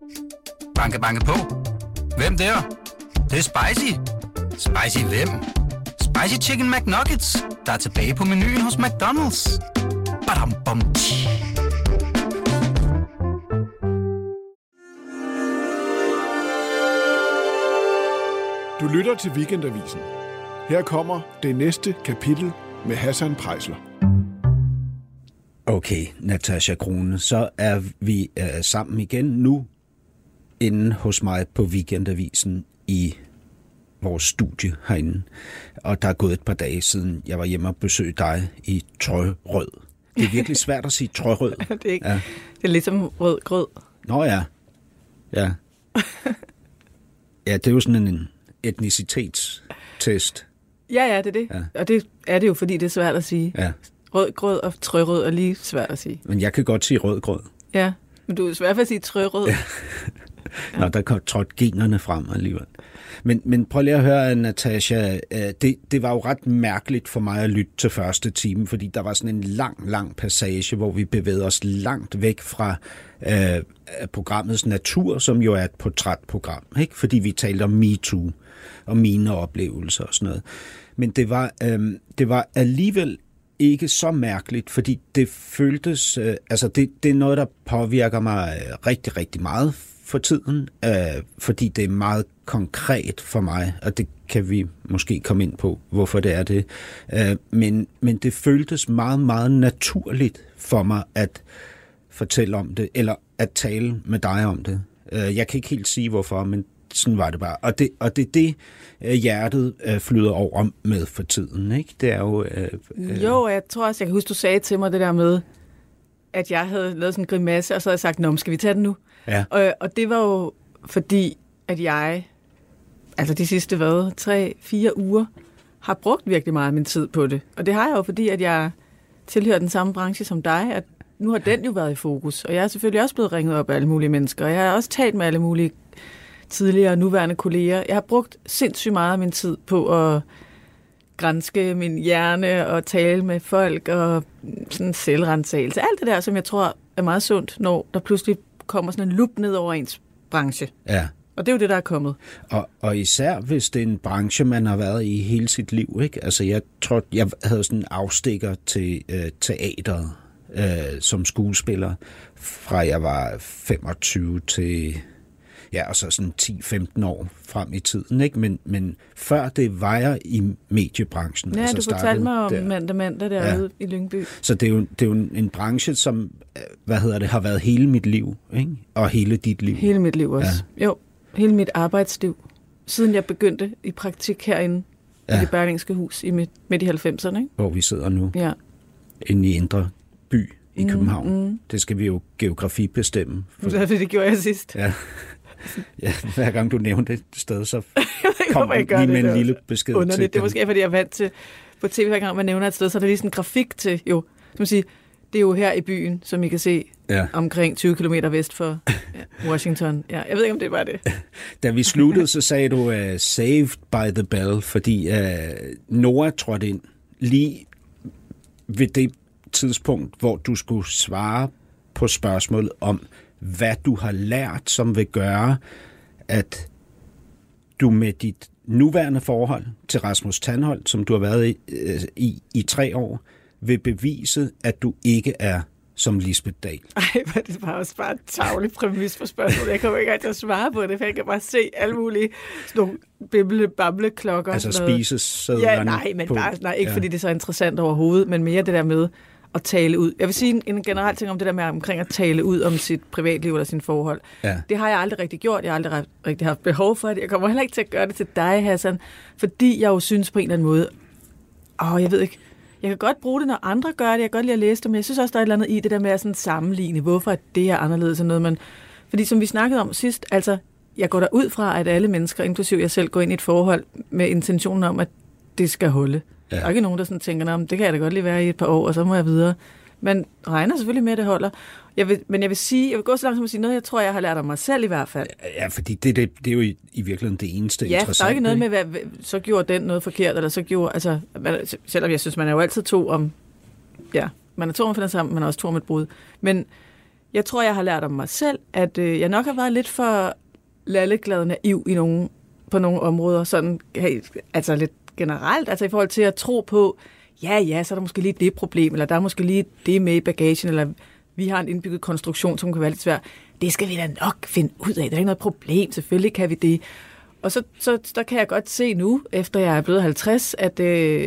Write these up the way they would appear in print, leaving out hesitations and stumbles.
Banke, banke på. Hvem der? Det er spicy. Spicy hvem? Spicy Chicken McNuggets, der er tilbage på menuen hos McDonald's. Badum, bom, tji. Du lytter til Weekendavisen. Her kommer det næste kapitel med Hassan Preisler. Okay, Natasha Crone, så er vi sammen igen nu inde hos mig på Weekendavisen i vores studie herinde. Og der er gået et par dage siden, jeg var hjemme og besøgte dig i Trørød. Det er virkelig svært at sige Trørød. Det er ikke. Ja. Det er ligesom rød grød. Nå ja. Ja. Ja, det er jo sådan en etnicitetstest. Ja, det er det. Ja. Og det er det jo, fordi det er svært at sige. Ja. Rød grød og trørød er lige svært at sige. Men jeg kan godt sige rød grød. Ja, men du er svært at sige trørød. Ja. Nå, der kom trådt generne frem alligevel. Men prøv lige at høre, Natasha, det var jo ret mærkeligt for mig at lytte til første time, fordi der var sådan en lang passage, hvor vi bevægede os langt væk fra programmets natur, som jo er et portrætprogram, ikke? Fordi vi talte om MeToo og mine oplevelser og sådan noget. Men det var alligevel ikke så mærkeligt, fordi det føltes, det er noget, der påvirker mig rigtig, rigtig meget for tiden, fordi det er meget konkret for mig, og det kan vi måske komme ind på, hvorfor det er det. Men det føltes meget, meget naturligt for mig at fortælle om det, eller at tale med dig om det. Jeg kan ikke helt sige, hvorfor, men sådan var det bare. Og det er det, hjertet flyder over med for tiden, ikke? Det er jo... Jo, jeg tror også, jeg kan huske, du sagde til mig det der med, at jeg havde lavet sådan en grimasse, og så havde jeg sagt, nå, skal vi tage den nu? Ja. Og det var jo fordi, at jeg, altså de sidste 3-4 uger, har brugt virkelig meget af min tid på det. Og det har jeg jo, fordi at jeg tilhører den samme branche som dig, at nu har den jo været i fokus. Og jeg er selvfølgelig også blevet ringet op af alle mulige mennesker, og jeg har også talt med alle mulige tidligere og nuværende kolleger. Jeg har brugt sindssygt meget af min tid på at granske min hjerne og tale med folk og sådan selvrensagelse. Alt det der, som jeg tror er meget sundt, når der pludselig kommer sådan en lup ned over ens branche. Ja. Og det er jo det, der er kommet. Og især hvis det er en branche, man har været i hele sit liv, ikke? Altså jeg tror, jeg havde sådan en afstikker til teateret som skuespiller, fra jeg var 25 til... Ja, og så sådan 10-15 år frem i tiden, ikke? Men før det var jeg i mediebranchen. Ja, altså du fortalte mig om mandag derude i Lyngby. Så det er jo en branche, som, har været hele mit liv, ikke? Og hele dit liv. Hele mit liv også. Ja. Jo, hele mit arbejdsliv. Siden jeg begyndte i praktik herinde i det Berlingske Hus midt i 90'erne, ikke? Hvor vi sidder nu. Ja. Inde i Indre By i København. Det skal vi jo geografi bestemme. Det gjorde jeg sidst. Ja. Ja, hver gang du nævnte et sted, så kom lige med en lille besked underligt. til det er måske, fordi jeg er vant til på tv, hver gang man nævner et sted, så er der lige sådan en grafik til, jo, som man siger, det er jo her i byen, som I kan se, omkring 20 kilometer vest for Washington. Ja, jeg ved ikke, om det var det. Da vi sluttede, så sagde du saved by the bell, fordi Nora trådte ind lige ved det tidspunkt, hvor du skulle svare på spørgsmålet om, hvad du har lært, som vil gøre, at du med dit nuværende forhold til Rasmus Tandholt, som du har været i 3 år, vil bevise, at du ikke er som Lisbeth Dahl. Ej, men det var også bare en tavlig præmis for spørgsmålet. Jeg kommer ikke rigtig at svare på det, for jeg kan bare se alle mulige sådan nogle bamleklokker. Altså spisesædlerne. Ja, nej, men bare, ikke fordi det er så interessant overhovedet, men mere det der med at tale ud. Jeg vil sige en generel ting om det der med omkring at tale ud om sit privatliv eller sin forhold. Ja. Det har jeg aldrig rigtig gjort. Jeg har aldrig rigtig haft behov for det. Jeg kommer heller ikke til at gøre det til dig, Hassan, fordi jeg jo synes på en eller anden måde, jeg ved ikke, jeg kan godt bruge det, når andre gør det. Jeg kan godt lide at læse det, men jeg synes også, der er et eller andet i det der med at sådan sammenligne. Hvorfor er det her anderledes end noget, man... Fordi som vi snakkede om sidst, altså, jeg går derud fra, at alle mennesker, inklusive jeg selv, går ind i et forhold med intentionen om, at det skal holde. Ja. Der er ikke nogen, der sådan tænker, det kan jeg da godt lige være i et par år, og så må jeg videre. Man regner selvfølgelig med, at det holder. Men jeg vil gå så langt som at sige noget, jeg tror, jeg har lært af mig selv i hvert fald. Ja, fordi det er jo i virkeligheden det eneste interessante. Ja, der er ikke noget med, hvad, så gjorde den noget forkert, eller så gjorde... Altså, selvom jeg synes, man er jo altid to om... Ja, man er to om at finde sammen, man er også to om et brud. Men Jeg tror, jeg har lært om mig selv, at jeg nok har været lidt for lalleglad naiv på nogle områder, sådan, altså lidt generelt, altså i forhold til at tro på, ja, så er der måske lige det problem, eller der er måske lige det med i bagagen, eller vi har en indbygget konstruktion, som kan være lidt svær. Det skal vi da nok finde ud af. Der er ikke noget problem. Selvfølgelig kan vi det. Og så der kan jeg godt se nu, efter jeg er blevet 50, at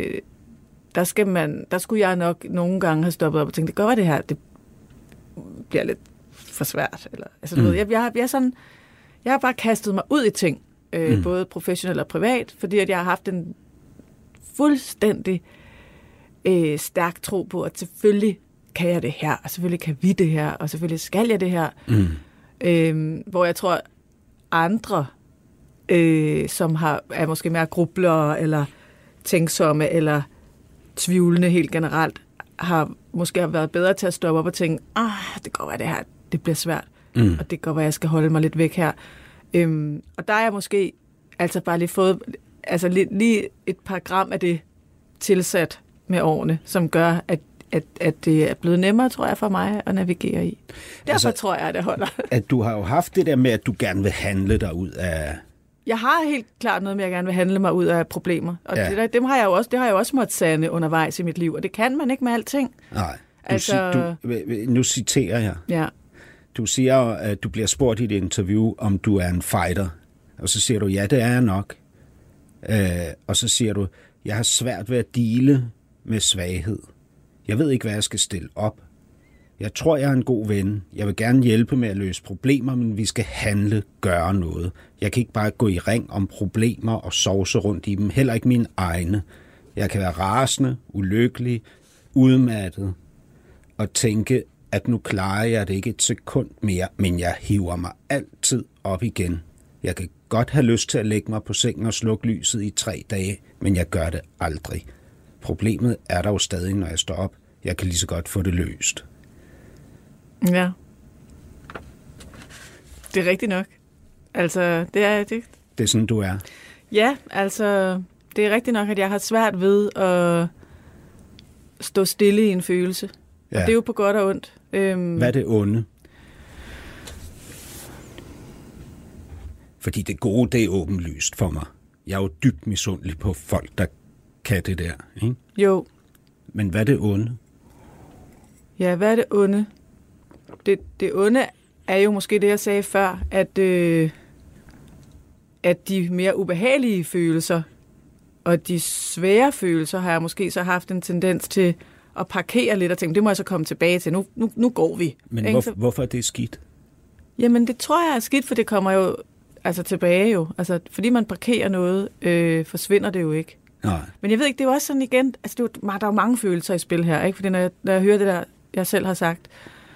der skulle jeg nok nogle gange have stoppet op og tænkt, det gør det her, det bliver lidt for svært. Eller, altså, jeg har bare kastet mig ud i ting, både professionelt og privat, fordi at jeg har haft en fuldstændig stærk tro på, at selvfølgelig kan jeg det her, og selvfølgelig kan vi det her, og selvfølgelig skal jeg det her. Hvor jeg tror, andre, som er måske mere grublere, eller tænksomme, eller tvivlende helt generelt, har måske været bedre til at stoppe op og tænke, det går være det her, det bliver svært, og det går være, jeg skal holde mig lidt væk her. Og der er jeg måske altså bare lige fået lige et par gram af det tilsat med årene, som gør, at det er blevet nemmere, tror jeg, for mig at navigere i. Derfor tror jeg, at det holder. At du har jo haft det der med, at du gerne vil handle dig ud af... Jeg har helt klart noget med, at jeg gerne vil handle mig ud af problemer. Og det har jeg jo også måttet sande undervejs i mit liv, og det kan man ikke med alting. Nej, nu citerer jeg. Ja. Du siger, at du bliver spurgt i et interview, om du er en fighter. Og så siger du, ja, det er jeg nok. Og så siger du, jeg har svært ved at deale med svaghed. Jeg ved ikke, hvad jeg skal stille op. Jeg tror, jeg er en god ven. Jeg vil gerne hjælpe med at løse problemer, men vi skal handle, gøre noget. Jeg kan ikke bare gå i ring om problemer og sovse rundt i dem. Heller ikke mine egne. Jeg kan være rasende, ulykkelig, udmattet og tænke, at nu klarer jeg det ikke et sekund mere, men jeg hiver mig altid op igen. Jeg kan godt have lyst til at lægge mig på sengen og slukke lyset i 3 dage, men jeg gør det aldrig. Problemet er der jo stadig, når jeg står op. Jeg kan lige så godt få det løst. Ja. Det er rigtigt nok. Altså, det er... Det er sådan, du er. Ja, altså, det er rigtigt nok, at jeg har svært ved at stå stille i en følelse. Ja. Og det er jo på godt og ondt. Hvad er det onde? Fordi det gode, det er åbenlyst for mig. Jeg er jo dybt misundelig på folk, der kan det der, ikke? Jo. Men hvad er det onde? Ja, hvad er det onde? Det onde er jo måske det, jeg sagde før, at de mere ubehagelige følelser og de svære følelser har jeg måske så haft en tendens til at parkere lidt og tænke, det må jeg så komme tilbage til. Nu går vi. Men hvorfor er det skidt? Jamen, det tror jeg er skidt, for det kommer jo tilbage jo. Altså, fordi man parkerer noget, forsvinder det jo ikke. Nej. Men jeg ved ikke, det er jo også sådan igen, altså der er jo mange følelser i spil her, ikke? Fordi når jeg hører det der, jeg selv har sagt,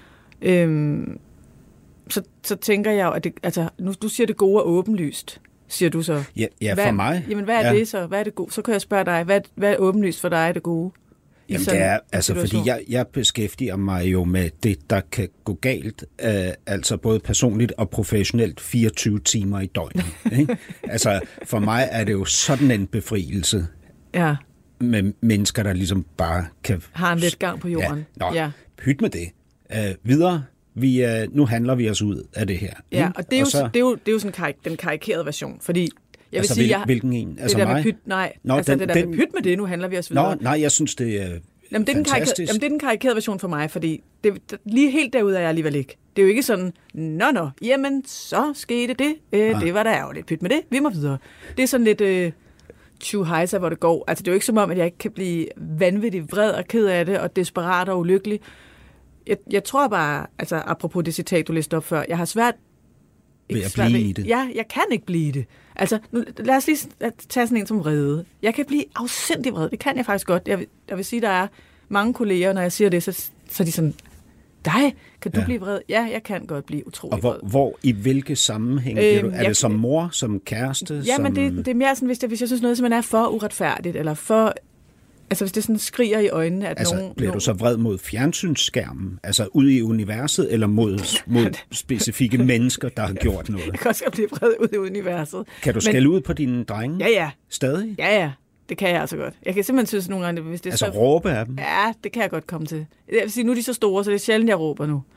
så tænker jeg jo, at det, altså, nu du siger det gode er åbenlyst, siger du så. Ja, for mig. Jamen, hvad er det så? Hvad er det gode? Så kan jeg spørge dig, hvad er åbenlyst for dig, det gode? Jamen, det er, altså, fordi jeg beskæftiger mig jo med det, der kan gå galt, altså både personligt og professionelt 24 timer i døgnet. Ikke? Altså, for mig er det jo sådan en befrielse ja. Med mennesker, der ligesom bare kan... Har en lidt gang på jorden. Ja. Pyt med det. Videre. Nu handler vi os ud af det her. Ja, og det er jo sådan den karikerede version, fordi... Jeg vil sige, hvilken en? Altså det der mig? Med pyt, nej, Nå, altså det der med pyt med det, nu handler vi os videre. Nej, jeg synes, det er fantastisk. Det er den karikerede version for mig, fordi lige helt derude er jeg alligevel ikke. Det er jo ikke sådan, jamen, så skete det. Det var da ærgerligt. Pyt med det, vi må videre. Det er sådan lidt tjuhejser, hvor det går. Altså, det er jo ikke som om, at jeg ikke kan blive vanvittigt vred og ked af det, og desperat og ulykkelig. Jeg tror bare, altså apropos det citat, du læste op før, jeg har svært ved at blive i det. Ja, jeg kan ikke blive det. Altså, lad os lige tage sådan en som vrede. Jeg kan blive afsindig vred. Det kan jeg faktisk godt. Jeg vil sige, der er mange kolleger, når jeg siger det, så er de sådan, dig, kan du blive vred? Ja, jeg kan godt blive utrolig vred. I hvilke sammenhæng er du? Er det som mor, som kæreste? Ja, men det er mere sådan, hvis jeg synes noget, som er for uretfærdigt, eller for... Altså, hvis det sådan skriger i øjnene, at nogen... Bliver du så vred mod fjernsynsskærmen? Altså, ude i universet, eller mod specifikke mennesker, der har gjort noget? Jeg kan også blive vred ud i universet. Kan du skælde ud på dine drenge? Ja. Stadig? Ja. Det kan jeg altså godt. Jeg kan simpelthen synes nogle gange, hvis det er råbe af dem? Ja, det kan jeg godt komme til. Jeg vil sige, nu er de så store, så det er sjældent, jeg råber nu.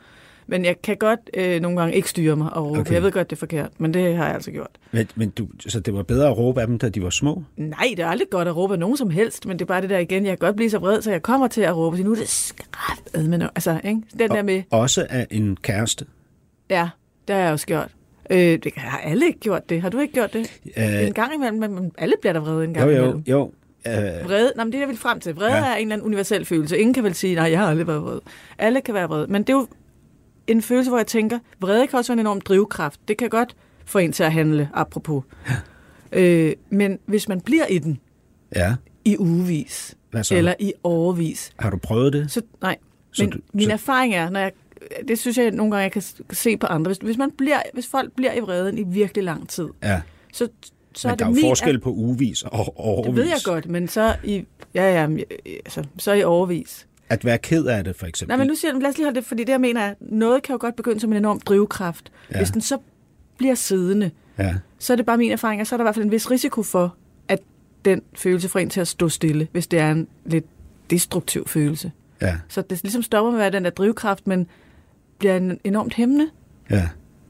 Men jeg kan godt nogle gange ikke styre mig og råbe. Okay. Jeg ved godt, det er forkert, men det har jeg altså gjort. Så det var bedre at råbe af dem, da de var små? Nej, det er aldrig godt at råbe af nogen som helst, men det er bare det der igen. Jeg kan godt blive så vred, så jeg kommer til at råbe. Nu er det skræft. Men altså, ikke? Den der med... Også af en kæreste? Ja, det har jeg også gjort. Det har alle ikke gjort det. Har du ikke gjort det? En gang imellem, men alle bliver der vrede en gang imellem. Jo. Vrede, men det er jeg vil frem til. Vrede er en eller anden universel følelse. Ingen kan vel sige, nej, jeg har aldrig været vred. Alle kan være vrede. Men det er jo en følelse, hvor jeg tænker, vrede kan også være en enorm drivkraft. Det kan godt få en til at handle, apropos. Ja. Men hvis man bliver i den, i ugevis, eller i årevis. Har du prøvet det? Så, nej, men min erfaring er, det synes jeg nogle gange, jeg kan se på andre. Hvis folk bliver i vreden i virkelig lang tid, så men er der er jo forskel på ugevis og årevis. Det ved jeg godt, men så i årevis. At være ked af det, for eksempel. Nej, men nu siger jeg, lad os lige holde det, fordi det, jeg mener, at noget kan jo godt begynde som en enorm drivkraft. Ja. Hvis den så bliver siddende, så er det bare min erfaring, og så er der i hvert fald en vis risiko for, at den følelse får en til at stå stille, hvis det er en lidt destruktiv følelse. Ja. Så det ligesom stopper med at være den der drivkraft, men bliver en enormt hæmmende. Ja.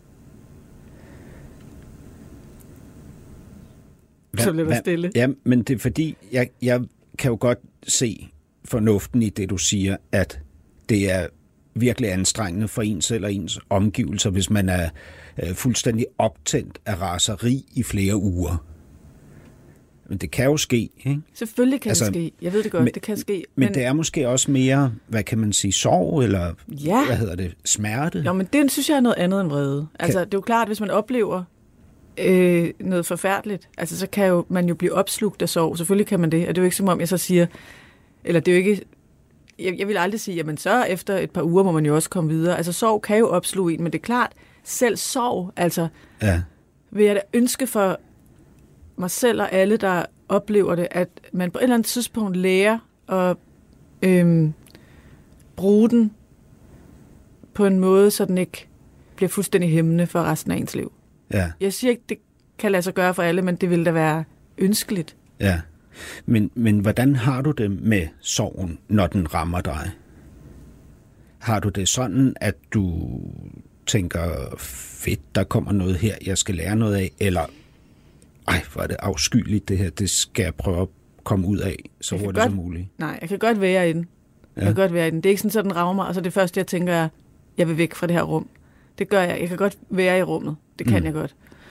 Så bliver der stille. Ja, men det er fordi, jeg kan jo godt se fornuften i det, du siger, at det er virkelig anstrengende for en selv og ens omgivelser, hvis man er fuldstændig optændt af raseri i flere uger. Men det kan jo ske, ikke? Selvfølgelig kan det ske. Jeg ved det godt, det kan ske. Men det er måske også mere, hvad kan man sige, sorg, eller hvad hedder det, smerte? Jo, men det synes jeg er noget andet end vrede. Altså, det er jo klart, at hvis man oplever noget forfærdeligt, altså så kan man jo blive opslugt af sorg. Selvfølgelig kan man det, og det er jo ikke som om, jeg så siger, eller det er jo ikke, jeg vil aldrig sige, jamen så efter et par uger må man jo også komme videre. Altså sorg kan jo opsluge en, men det er klart, selv sorg, altså vil jeg da ønske for mig selv og alle, der oplever det, at man på et eller andet tidspunkt lærer at bruge den på en måde, så den ikke bliver fuldstændig hæmmende for resten af ens liv. Ja. Jeg siger ikke, det kan lade sig gøre for alle, men det vil da være ønskeligt. Ja, men hvordan har du det med sorgen, når den rammer dig? Har du det sådan, at du tænker, fedt, der kommer noget her, jeg skal lære noget af, eller hvor er det afskyeligt det her, det skal jeg prøve at komme ud af, så hurtigt som muligt? Nej, jeg kan godt være i den. Jeg kan godt være i den. Det er ikke sådan, så den rammer mig, og så det første, jeg tænker er, jeg vil væk fra det her rum. Det gør jeg. Jeg kan godt være i rummet. Det kan jeg godt.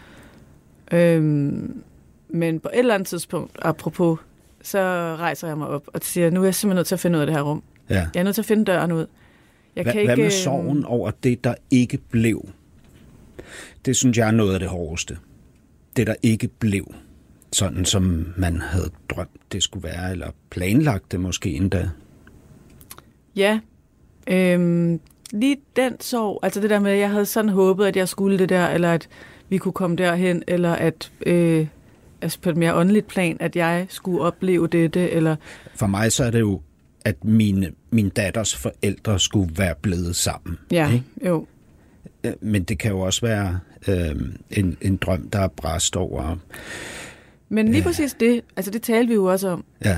Men på et eller andet tidspunkt, apropos, så rejser jeg mig op og siger, nu er jeg simpelthen nødt til at finde ud af det her rum. Ja. Jeg er nødt til at finde døren ud. Hvad med sorgen over det, der ikke blev? Det synes jeg er noget af det hårdeste. Det, der ikke blev, sådan som man havde drømt, det skulle være, eller planlagt det måske endda. Ja, lige den sorg, altså det der med, at jeg havde sådan håbet, at jeg skulle det der, eller at vi kunne komme derhen, eller at altså på et mere åndeligt plan, at jeg skulle opleve dette, eller... For mig så er det jo, at min datters forældre skulle være blevet sammen. Ja, ikke? Jo. Men det kan jo også være en drøm, der er bræst over... Men lige præcis det, altså det talte vi jo også om. Ja.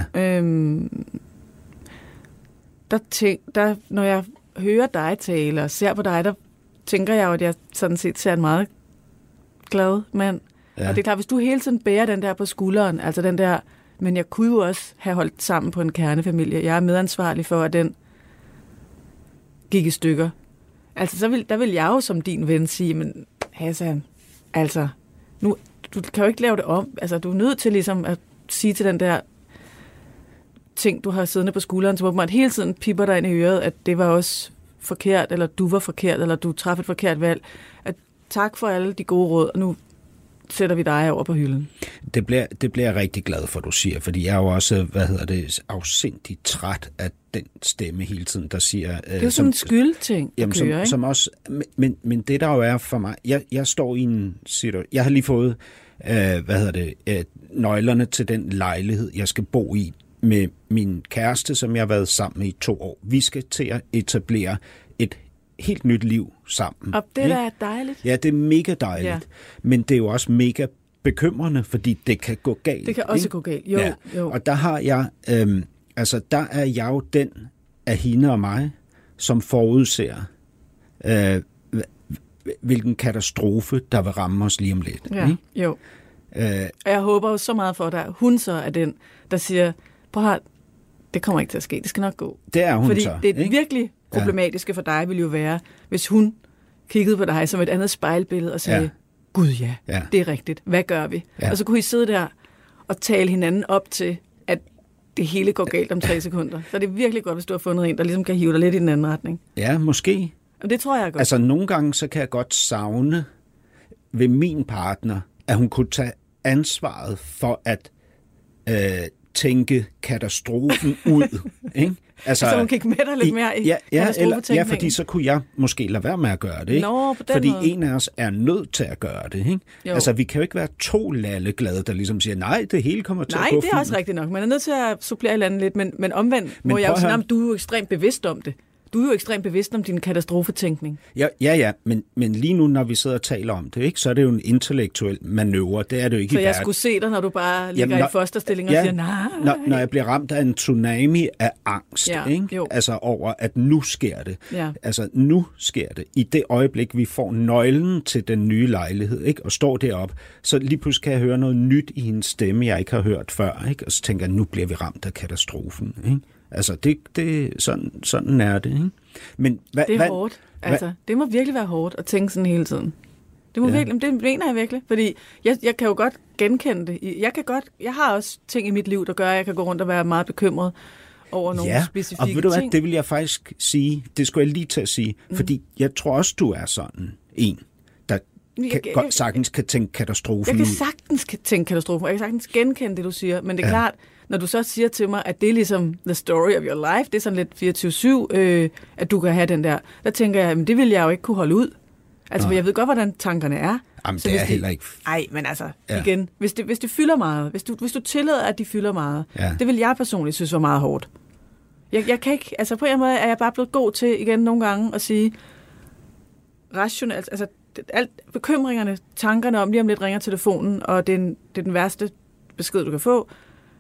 Når jeg hører dig tale og ser på dig, der tænker jeg jo, at jeg sådan set ser en meget glad mand. Ja. Og det er klart, hvis du hele tiden bærer den der på skulderen, altså den der, men jeg kunne jo også have holdt sammen på en kernefamilie. Jeg er medansvarlig for, at den gik i stykker. Altså, der vil jeg jo som din ven sige, men Hassan, altså, nu, du kan jo ikke lave det om. Altså, du er nødt til ligesom at sige til den der ting, du har siddende på skulderen, så man hele tiden pipper dig ind i øret, at det var også forkert, eller du var forkert, eller du træffede et forkert valg. At tak for alle de gode råd, og nu sætter vi dig over på hylden. Det bliver jeg rigtig glad for, du siger, fordi jeg er jo også, afsindigt træt af den stemme hele tiden, der siger... Det er jo sådan en skyldting, som også, men det der jo er for mig, jeg står i en situation, jeg har lige fået, nøglerne til den lejlighed, jeg skal bo i, med min kæreste, som jeg har været sammen med i 2 år. Vi skal til at etablere et helt nyt liv sammen. Og det der er dejligt. Ja, det er mega dejligt. Ja. Men det er jo også mega bekymrende, fordi det kan gå galt. Det kan også gå galt, jo. Og der har jeg, der er jeg jo den af hende og mig, som forudser, hvilken katastrofe, der vil ramme os lige om lidt. Ja, ikke? Jo. Og jeg håber jo så meget for dig. Hun så er den, der siger, prøv at det kommer ikke til at ske, det skal nok gå. Det er hun fordi så. Fordi det virkelig problematiske for dig ville jo være, hvis hun kiggede på dig som et andet spejlbillede og sagde, gud ja, det er rigtigt, hvad gør vi? Ja. Og så kunne I sidde der og tale hinanden op til, at det hele går galt om 3 sekunder. Så det er virkelig godt, hvis du har fundet en, der ligesom kan hive dig lidt i den anden retning. Ja, måske. Og det tror jeg godt. Altså nogle gange, så kan jeg godt savne ved min partner, at hun kunne tage ansvaret for at tænke katastrofen ud. Ikke? Altså hun kan ikke med dig lidt mere i katastrofetænkningen? Ja, fordi så kunne jeg måske lade være med at gøre det. Ikke? Fordi måde. En af os er nødt til at gøre det. Ikke? Altså vi kan jo ikke være 2 lalleglade, der ligesom siger, nej, det hele kommer til at gå fint. Nej, det er også rigtigt nok. Man er nødt til at supplere et lidt, men omvendt må jeg jo sige, du er jo ekstremt bevidst om det. Du er jo ekstremt bevidst om din katastrofetænkning. Ja, men lige nu, når vi sidder og taler om det, ikke, så er det jo en intellektuel manøvre. Det er det jo ikke. Så jeg skulle se dig, når du bare ligger i fosterstilling og siger, nej. Når jeg bliver ramt af en tsunami af angst, ikke? Altså over, at nu sker det. Ja. Altså nu sker det. I det øjeblik, vi får nøglen til den nye lejlighed, ikke, og står deroppe, så lige pludselig kan jeg høre noget nyt i hendes stemme, jeg ikke har hørt før, ikke? Og så tænker jeg, nu bliver vi ramt af katastrofen, ikke? Altså, sådan er det, ikke? Men det er hårdt. Altså, det må virkelig være hårdt at tænke sådan hele tiden. Det må virkelig, det mener jeg virkelig. Fordi jeg kan jo godt genkende det. Jeg har også ting i mit liv, der gør, at jeg kan gå rundt og være meget bekymret over nogle specifikke ting. Og ved du hvad, det vil jeg faktisk sige, det skulle jeg lige til at sige, fordi jeg tror også, du er sådan en, der sagtens kan tænke katastrofen ud. Jeg kan sagtens tænke katastrofen, og jeg kan sagtens genkende det, du siger, men det er klart, når du så siger til mig, at det er ligesom the story of your life, det er sådan lidt 24/7, at du kan have den der tænker jeg, men det vil jeg jo ikke kunne holde ud. Altså, for jeg ved godt, hvordan tankerne er. Jamen, det er heller ikke... Nej, men altså, igen, hvis det fylder meget, hvis du tillader, at de fylder meget, det vil jeg personligt synes var meget hårdt. Jeg kan ikke, altså på en måde er jeg bare blevet god til igen nogle gange at sige, rationelt, altså alt bekymringerne, tankerne om, lige om lidt ringer telefonen, og det er den værste besked, du kan få.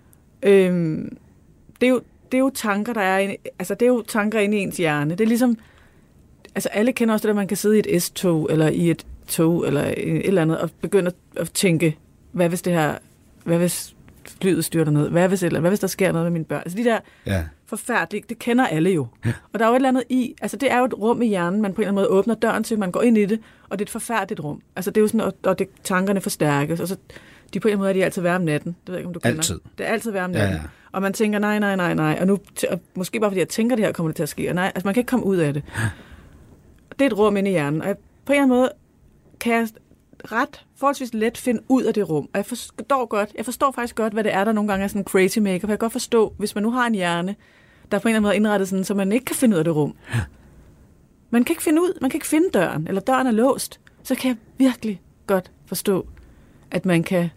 Det er jo tanker, der er det er jo tanker inde i ens hjerne. Det er ligesom, altså alle kender også det, at man kan sidde i et S-tog, eller i et tog, eller et eller andet, og begynde at tænke, hvad hvis flyet styrter ned? Hvad hvis der sker noget med mine børn? Altså de der forfærdelige, det kender alle jo. Ja. Og der er jo et eller andet i, altså det er jo et rum i hjernen, man på en eller anden måde åbner døren til, man går ind i det, og det er et forfærdeligt rum. Altså det er jo sådan, og det, tankerne forstærkes, og så de på en eller anden måde er de altid værre om natten. Det ved jeg ikke, om du kender. Altid. Det er altid værre om natten. Ja. Og man tænker, nej, og nu, og måske bare fordi jeg tænker det her, kommer det til at ske. Og nej, altså man kan ikke komme ud af det. Det er et rum inde i hjernen, og på en eller anden måde kan jeg forholdsvis let finde ud af det rum. Og jeg forstår faktisk godt, hvad det er, der nogle gange er sådan en crazy maker. For jeg kan godt forstå, hvis man nu har en hjerne, der på en eller anden måde er indrettet sådan, så man ikke kan finde ud af det rum. Man kan ikke finde døren, eller døren er låst. Så kan jeg virkelig godt forstå, at man kan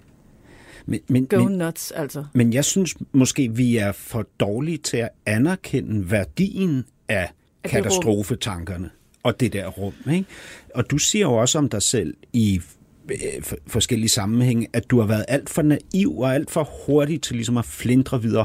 go nuts, altså. Men jeg synes måske, vi er for dårlige til at anerkende værdien af katastrofetankerne og det der rum, ikke? Og du siger jo også om dig selv i forskellige sammenhænge, at du har været alt for naiv og alt for hurtig til ligesom at flintre videre,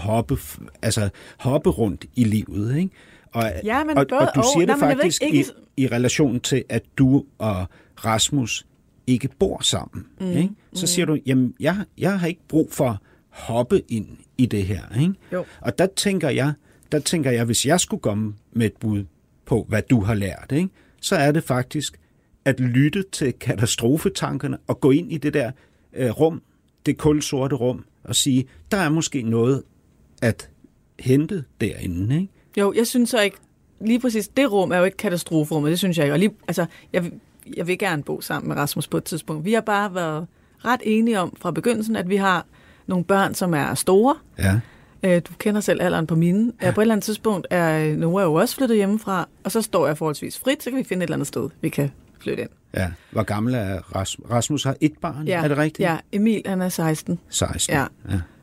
hoppe rundt i livet, ikke? Og du siger det faktisk i relation til, at du og Rasmus ikke bor sammen. Ikke? Så siger du, jamen, jeg har ikke brug for at hoppe ind i det her. Ikke? Jo. Og der tænker jeg, hvis jeg skulle komme med et bud på, hvad du har lært, ikke? Så er det faktisk at lytte til katastrofetankerne og gå ind i det der rum, det kulsorte rum, og sige, der er måske noget at hente derinde. Ikke? Jo, jeg synes så ikke, lige præcis det rum er jo ikke katastroferummet, det synes jeg ikke. Og jeg vil gerne bo sammen med Rasmus på et tidspunkt. Vi har bare været ret enige om fra begyndelsen, at vi har nogle børn, som er store. Ja. Du kender selv alderen på mine. Ja. På et eller andet tidspunkt er Noah jo også flyttet hjemmefra, og så står jeg forholdsvis frit, så kan vi finde et eller andet sted, vi kan flytte ind. Ja. Hvor gammel er Rasmus? Rasmus har et barn, er det rigtigt? Ja, Emil han er 16. 16, ja.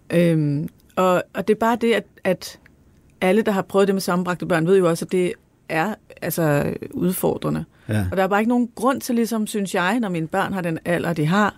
Og det er bare det, at alle, der har prøvet det med sammenbragte børn, ved jo også, at det er altså udfordrende. Ja. Og der er bare ikke nogen grund til, ligesom, synes jeg, når mine børn har den alder, de har,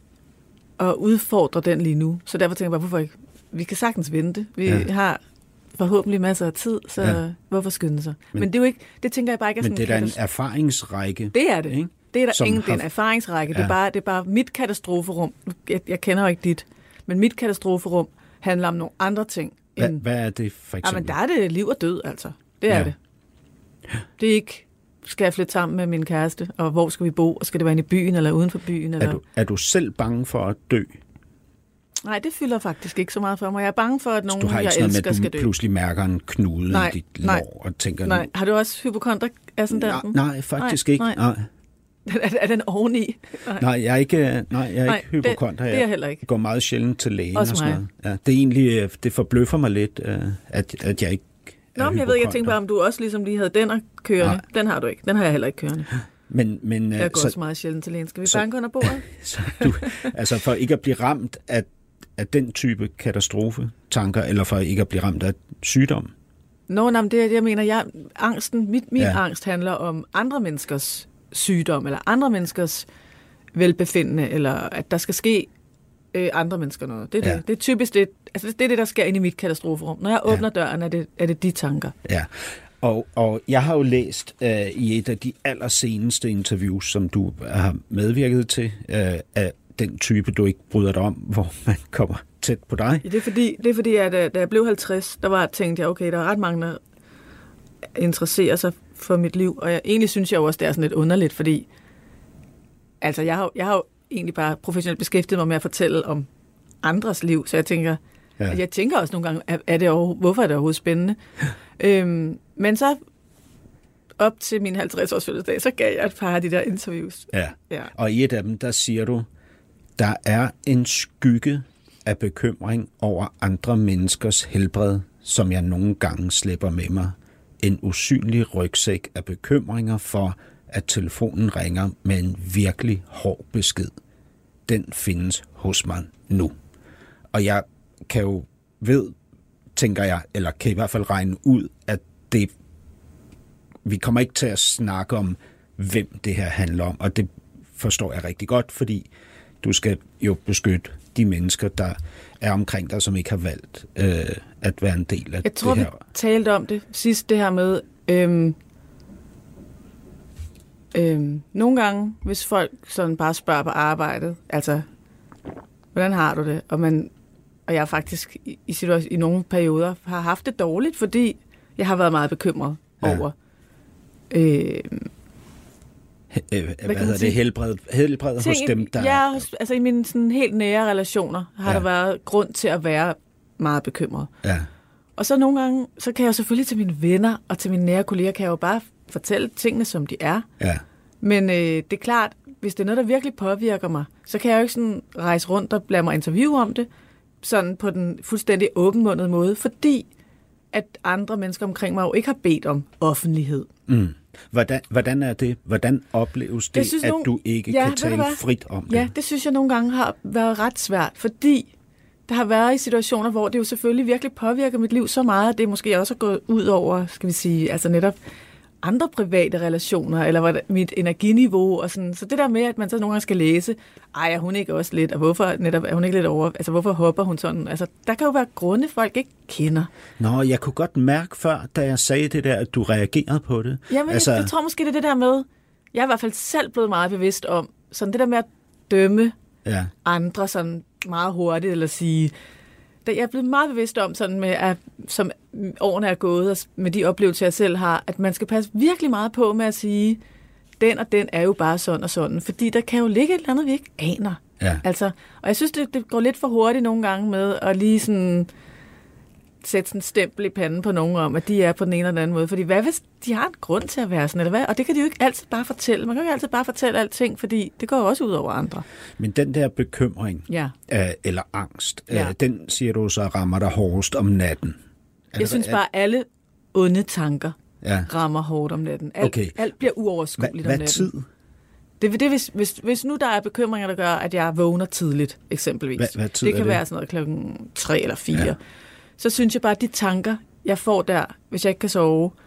og udfordre den lige nu. Så derfor tænker jeg bare, hvorfor ikke? Vi kan sagtens vente. Vi har forhåbentlig masser af tid, så hvorfor skynde sig? Men det er jo ikke, det tænker jeg bare ikke er sådan. Men det er da en erfaringsrække. Det er det. Ikke? Det er der ingen, det er en erfaringsrække. Ja. Det er bare mit katastroferum. Jeg kender jo ikke dit, men mit katastroferum handler om nogle andre ting. Hvad er det for eksempel? Men der er det liv og død, altså. Det er det. Det er ikke, skal jeg flytte sammen med min kæreste, og hvor skal vi bo, og skal det være inde i byen eller uden for byen? Eller? Er du selv bange for at dø? Nej, det fylder faktisk ikke så meget for mig. Jeg er bange for, at nogen, jeg elsker, skal dø. Du har ikke sådan noget med, at du pludselig mærker en knude i dit lår og tænker... Nej, har du også hypokondrik? Nej, faktisk ikke. Nej. Er den oveni? Nej, jeg er ikke hypokonder. Det er jeg heller ikke. Jeg går meget sjældent til lægen også og sådan noget. Ja, det er egentlig, det forbløffer mig lidt, at jeg ikke er men jeg tænker bare, om du også ligesom lige havde den at kørende. Nej. Den har du ikke. Den har jeg heller ikke kørende. Men, jeg går også meget sjældent til lægen. Skal vi banke under bordet? Altså for ikke at blive ramt af den type katastrofetanker, eller for ikke at blive ramt af sygdom? Men det jeg mener, angsten, min angst handler om andre menneskers sygdom, eller andre menneskers velbefindende, eller at der skal ske andre mennesker noget. Det er det. Det er typisk det. Altså det er det, der sker inde i mit katastroferum. Når jeg åbner døren, er det de tanker. Ja. Og jeg har jo læst i et af de allerseneste interviews, som du har medvirket til, af den type, du ikke bryder dig om, hvor man kommer tæt på dig. Ja, det er fordi, at da jeg blev 50, tænkte jeg, okay, der er ret mange, der interesserer sig for mit liv, og egentlig synes jeg jo også, det er sådan lidt underligt, fordi altså, jeg har jo egentlig bare professionelt beskæftiget mig med at fortælle om andres liv, så jeg tænker også nogle gange, hvorfor er det overhovedet spændende? Men så op til min 50-års fødselsdag, så gav jeg et par af de der interviews. Ja. Og i et af dem, der siger du, der er en skygge af bekymring over andre menneskers helbred, som jeg nogle gange slæber med mig. En usynlig rygsæk af bekymringer for, at telefonen ringer med en virkelig hård besked. Den findes hos mig nu. Og jeg kan jo tænker jeg, eller kan i hvert fald regne ud, at vi kommer ikke til at snakke om, hvem det her handler om, og det forstår jeg rigtig godt, fordi du skal jo beskytte de mennesker, der er omkring dig, som ikke har valgt at være en del af det her. Jeg tror, vi talte om det sidst, det her med, nogle gange, hvis folk sådan bare spørger på arbejdet, altså, hvordan har du det? Og jeg faktisk i nogle perioder har haft det dårligt, fordi jeg har været meget bekymret over hvad hedder det? Helbred hos dem, der... Ja, altså i mine sådan helt nære relationer har der været grund til at være meget bekymret. Ja. Og så nogle gange, så kan jeg jo selvfølgelig til mine venner og til mine nære kolleger, kan jeg jo bare fortælle tingene, som de er. Ja. Men det er klart, hvis det er noget, der virkelig påvirker mig, så kan jeg jo ikke sådan rejse rundt og lade mig interviewe om det, sådan på den fuldstændig åbenmundede måde, fordi at andre mennesker omkring mig jo ikke har bedt om offentlighed. Mm. Hvordan er det? Hvordan opleves det, at du ikke kan tale frit om det? Ja, det synes jeg nogle gange har været ret svært, fordi der har været i situationer, hvor det jo selvfølgelig virkelig påvirker mit liv så meget, at det måske også er gået ud over, skal vi sige, altså netop andre private relationer, eller mit energiniveau, og sådan. Så det der med, at man så nogle gange skal læse, er hun ikke også lidt, og hvorfor netop er hun ikke lidt over, altså hvorfor hopper hun sådan? Altså, der kan jo være grunde, folk ikke kender. Nå, jeg kunne godt mærke før, da jeg sagde det der, at du reagerede på det. Jamen, altså... jeg tror måske, det er det der med, jeg er i hvert fald selv blevet meget bevidst om, sådan det der med at dømme andre sådan meget hurtigt, eller sige... Jeg er blevet meget bevidst om, sådan med, at, som årene er gået, og med de oplevelser, jeg selv har, at man skal passe virkelig meget på med at sige, den og den er jo bare sådan og sådan, fordi der kan jo ligge et eller andet, vi ikke aner. Ja. Altså, og jeg synes, det går lidt for hurtigt nogle gange med at lige sådan sætte sådan en stempel i panden på nogen om, at de er på den ene eller den anden måde. Fordi hvad hvis de har en grund til at være sådan, eller hvad? Og det kan de jo ikke altid bare fortælle. Man kan jo ikke altid bare fortælle alting, fordi det går jo også ud over andre. Men den der bekymring, eller angst, den siger du så rammer dig hårdest om natten. Jeg synes bare, at alle onde tanker rammer hårdt om natten. Alt bliver uoverskueligt om natten. Hvad tid? Det er, hvis nu der er bekymringer, der gør, at jeg vågner tidligt, eksempelvis. Hvad tid det kan er det? Være sådan noget klokken 3 eller 4. Ja. Så synes jeg bare, at de tanker, jeg får der, hvis jeg ikke kan sove,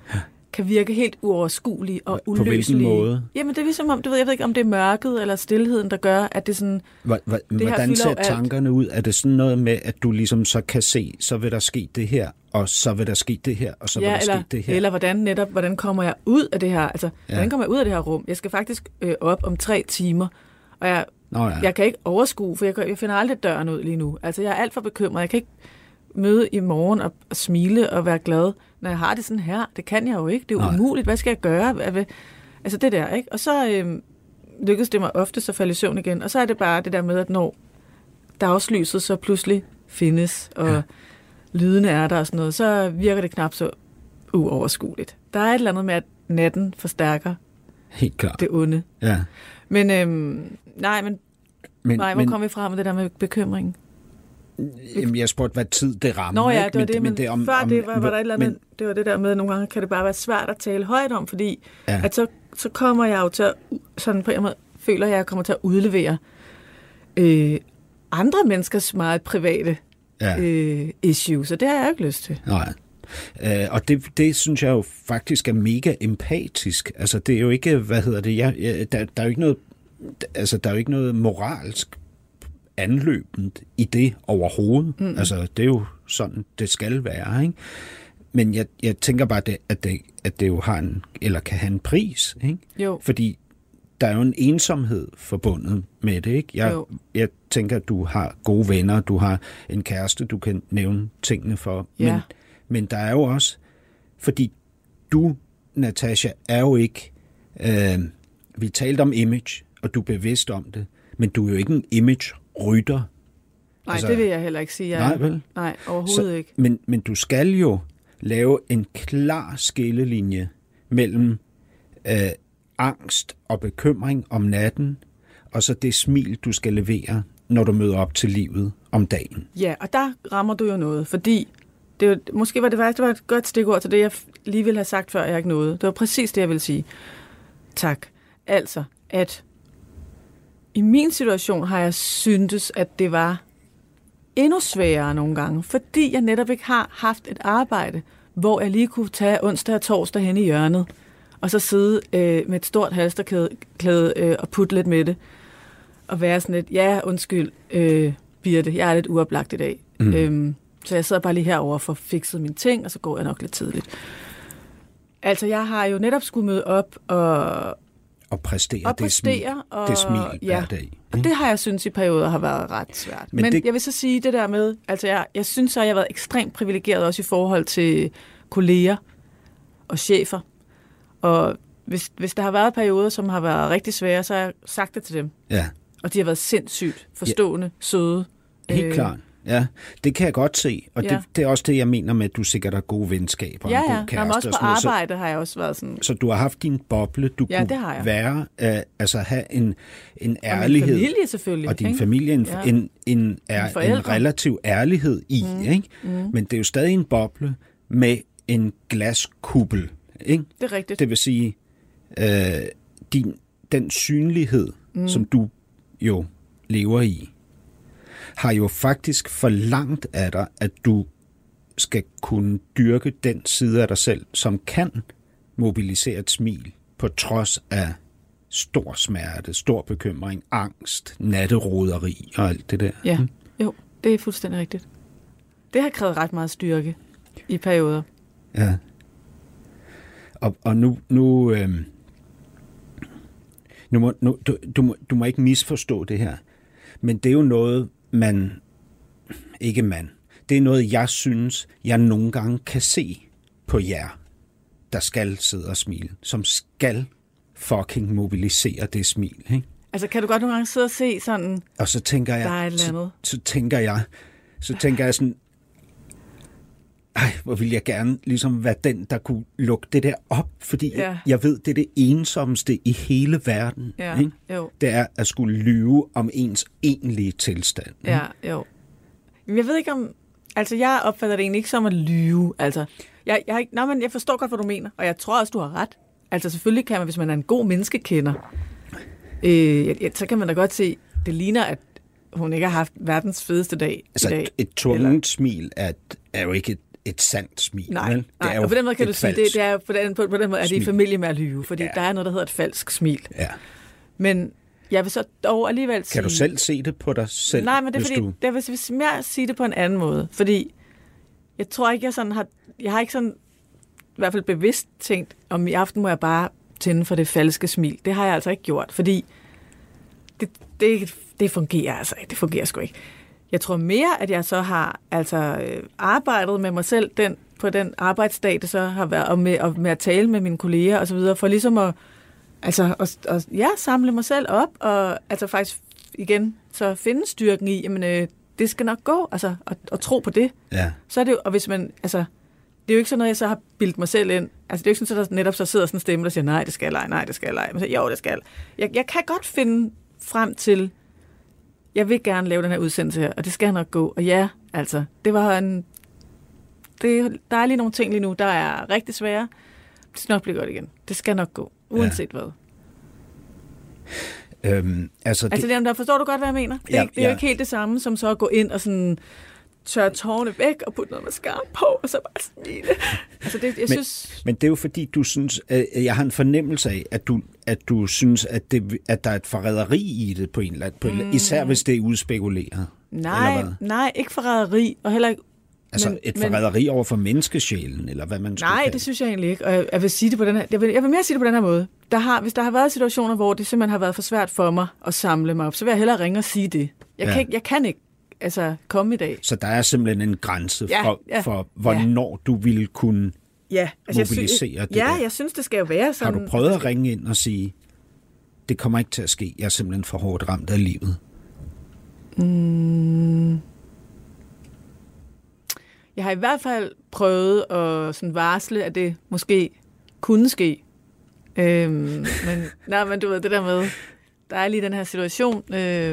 kan virke helt uoverskuelige og uløselige. På hvilken måde? Jamen, det er ligesom om, jeg ved ikke, om det er mørket eller stilheden, der gør, at det sådan... Hvordan ser tankerne ud? Er det sådan noget med, at du ligesom så kan se, så vil der ske det her, og så vil der ske det her, og så vil der ske det her? Eller hvordan kommer jeg ud af det her? Altså, hvordan kommer jeg ud af det her rum? Jeg skal faktisk op om 3 timer, og jeg kan ikke overskue, for jeg finder aldrig døren ud lige nu. Altså, jeg er alt for bekymret. Jeg kan ikke møde i morgen og smile og være glad, når jeg har det sådan her. Det kan jeg jo ikke. Det er umuligt. Hvad skal jeg gøre? Altså det der, ikke? Og så lykkedes det mig ofte så falde i søvn igen. Og så er det bare det der med, at når dagslyset så pludselig findes, og lydene er der og sådan noget, så virker det knap så uoverskueligt. Der er et eller andet med, at natten forstærker helt klart det onde. Ja. Men hvor kom vi fra med det der med bekymringen? Jamen, jeg spurgte, hvad tid det rammer. Nå ja, det var det, men før det var der et eller andet, det var det der med, at nogle gange kan det bare være svært at tale højt om, fordi at så kommer jeg jo til at, sådan på en måde, føler jeg kommer til at udlevere andre menneskers meget private issues, og det har jeg ikke lyst til. Nej. Og det synes jeg jo faktisk er mega empatisk. Altså, det er jo ikke, der er jo ikke noget, altså, der er jo ikke noget moralsk anløbent i det overhovedet. Altså, det er jo sådan, det skal være, ikke? Men jeg tænker bare, at det jo har eller kan have en pris, ikke? Jo. Fordi der er jo en ensomhed forbundet med det, ikke? Jeg tænker, at du har gode venner, du har en kæreste, du kan nævne tingene for. Ja. Men der er jo også, fordi du, Natasha, er jo ikke, vi talte om image, og du er bevidst om det, men du er jo ikke en image-rytter. Nej, altså, det vil jeg heller ikke sige. Nej, vel? Nej, overhovedet ikke. Men du skal jo lave en klar skillelinje mellem angst og bekymring om natten, og så det smil, du skal levere, når du møder op til livet om dagen. Ja, og der rammer du jo noget, fordi måske var det faktisk et godt stikord til det, jeg lige ville have sagt, før jeg ikke nåede. Det var præcis det, jeg ville sige. Tak. Altså, at i min situation har jeg syntes, at det var endnu sværere nogle gange, fordi jeg netop ikke har haft et arbejde, hvor jeg lige kunne tage onsdag og torsdag hen i hjørnet, og så sidde med et stort halsterklæde og putte lidt med det, og være sådan lidt, undskyld, Birte, jeg er lidt uoplagt i dag. Så jeg sidder bare lige herover for fikset mine ting, og så går jeg nok lidt tidligt. Altså, jeg har jo netop skulle møde op og præstere det smil hver dag. Og det har jeg synes i perioder har været ret svært. Men jeg vil så sige det der med, altså jeg synes så, jeg har været ekstremt privilegeret også i forhold til kolleger og chefer. Og hvis der har været perioder, som har været rigtig svære, så har jeg sagt det til dem. Ja. Og de har været sindssygt forstående, søde. Helt klart. Ja, det kan jeg godt se, og det er også det, jeg mener med, at du sikkert har gode venskaber og en god kæreste. Men også på arbejde har jeg også været sådan... Så du har haft din boble, du kunne være, altså have en ærlighed. Og min familie selvfølgelig. Og din familie en relativ ærlighed i, ikke? Men det er jo stadig en boble med en glaskuppel, ikke? Det er rigtigt. Det vil sige, den synlighed, som du jo lever i, har jo faktisk forlangt af dig, at du skal kunne dyrke den side af dig selv, som kan mobilisere et smil på trods af stor smerte, stor bekymring, angst, natteroderi og alt det der. Ja, jo, det er fuldstændig rigtigt. Det har krævet ret meget styrke i perioder. Ja. Og nu du må ikke misforstå det her, men det er jo noget, det er noget, jeg synes, jeg nogle gange kan se på jer, der skal sidde og smile, som skal fucking mobilisere det smil, ikke? Altså, kan du godt nogle gange sidde og se sådan, og så tænker jeg, der er et eller andet? Så tænker jeg sådan, hvor vil jeg gerne ligesom være den, der kunne lukke det der op, fordi jeg ved, det er det ensomste i hele verden. Ja, ikke? Jo. Det er at skulle lyve om ens egentlige tilstand. Ja, jo. Men jeg ved ikke om... Altså, jeg opfatter det egentlig ikke som at lyve. Altså, jeg forstår godt, hvad du mener, og jeg tror også, du har ret. Altså, selvfølgelig kan man, hvis man er en god menneskekender, så kan man da godt se, det ligner, at hun ikke har haft verdens fedeste dag altså, i dag. Et tvungent smil er jo ikke et sandt smil. Nej, det er jo og på den måde kan du sige, det er på den måde er det i familie med at lyve, fordi der er noget, der hedder et falsk smil. Ja. Men jeg vil så dog alligevel sige... Kan du selv se det på dig selv? Nej, men det er fordi, jeg vil mere sige det på en anden måde, fordi jeg tror ikke, jeg har ikke sådan i hvert fald bevidst tænkt, om i aften må jeg bare tænde for det falske smil. Det har jeg altså ikke gjort, fordi det fungerer altså ikke. Det fungerer sgu ikke. Jeg tror mere, at jeg så har arbejdet med mig selv på den arbejdsdag, det så har været, og med at tale med mine kolleger og så videre, for ligesom at samle mig selv op, og altså faktisk igen, så finde styrken i, jamen det skal nok gå, altså, og tro på det. Ja. Så er det jo, og hvis man, altså, det er jo ikke sådan noget, jeg så har bildt mig selv ind. Altså, det er jo ikke sådan, at der netop så sidder sådan en stemme, der siger, nej, det skal jeg, nej, det skal jeg. Men så, jo, det skal jeg kan godt finde frem til, jeg vil gerne lave den her udsendelse her, og det skal nok gå. Og ja, altså, der er lige nogle ting lige nu, der er rigtig svære. Det skal nok blive godt igen. Det skal nok gå, uanset hvad. Der forstår du godt, hvad jeg mener? Det er jo ikke helt det samme, som så at gå ind og sådan tørre tårerne væk og putte noget mascara på, og så bare smile. Altså synes... Men det er jo fordi, du synes, jeg har en fornemmelse af, at du synes, at der er et forræderi i det på en eller anden, især hvis det er udspekuleret. Nej, ikke forræderi, og heller ikke... Altså et forræderi over for menneskesjælen, eller hvad man skulle Nej, kalde. Det synes jeg egentlig ikke, og jeg vil sige det på den her... Jeg vil mere sige det på den her måde. Hvis der har været situationer, hvor det simpelthen har været for svært for mig at samle mig op, så vil jeg hellere ringe og sige det. Jeg kan ikke komme i dag. Så der er simpelthen en grænse for hvornår du ville kunne mobilisere det der. Jeg synes, det skal jo være sådan... Har du prøvet at ringe ind og sige, det kommer ikke til at ske, jeg er simpelthen for hårdt ramt af livet? Jeg har i hvert fald prøvet at sådan varsle, at det måske kunne ske. Men du ved, det der med, der er lige den her situation.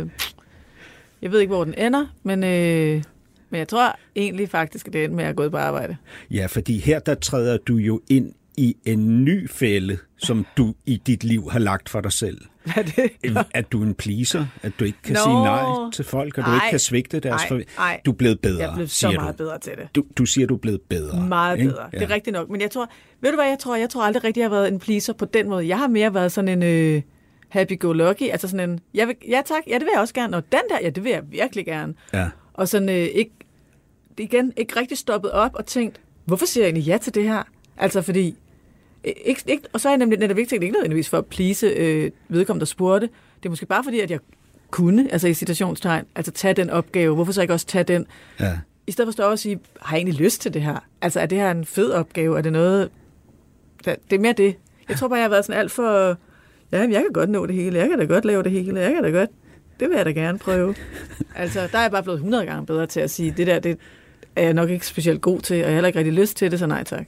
Jeg ved ikke, hvor den ender, men jeg tror egentlig faktisk, at det ender med at gå på arbejde. Ja, fordi her der træder du jo ind i en ny fælde, som du i dit liv har lagt for dig selv. Hvad er det? At du er en pleaser, at du ikke kan sige nej til folk, og du ikke kan svigte deres forventninger. Du er blevet bedre, jeg er blevet så meget bedre til det. Du siger, du er blevet bedre. Meget bedre, det er rigtigt nok. Men jeg tror, ved du hvad jeg tror? Jeg tror aldrig rigtig, jeg har været en pleaser på den måde. Jeg har mere været sådan en happy-go-lucky, altså sådan en, ja tak, ja det vil jeg også gerne, og den der, ja det vil jeg virkelig gerne. Ja. Og sådan ikke rigtig stoppet op og tænkt, hvorfor siger jeg egentlig ja til det her? Altså fordi, og så er jeg nemlig netop ikke tænkt, ikke nødvendigvis for at please vedkommende, der spurgte. Det er måske bare fordi, at jeg kunne, altså i citationstegn, altså tage den opgave. Hvorfor så ikke også tage den? Ja. I stedet for at stå og sige, har jeg egentlig lyst til det her? Altså er det her en fed opgave? Er det noget... Det er mere det. Jeg tror bare, jeg har været sådan alt for... Ja, jeg kan godt nå det hele. Jeg kan da godt lave det hele. Jeg kan da godt... Det vil jeg da gerne prøve. Altså, der er jeg bare blevet 100 gange bedre til at sige, det der, det er jeg nok ikke specielt god til, og jeg har heller ikke rigtig lyst til det, så nej tak.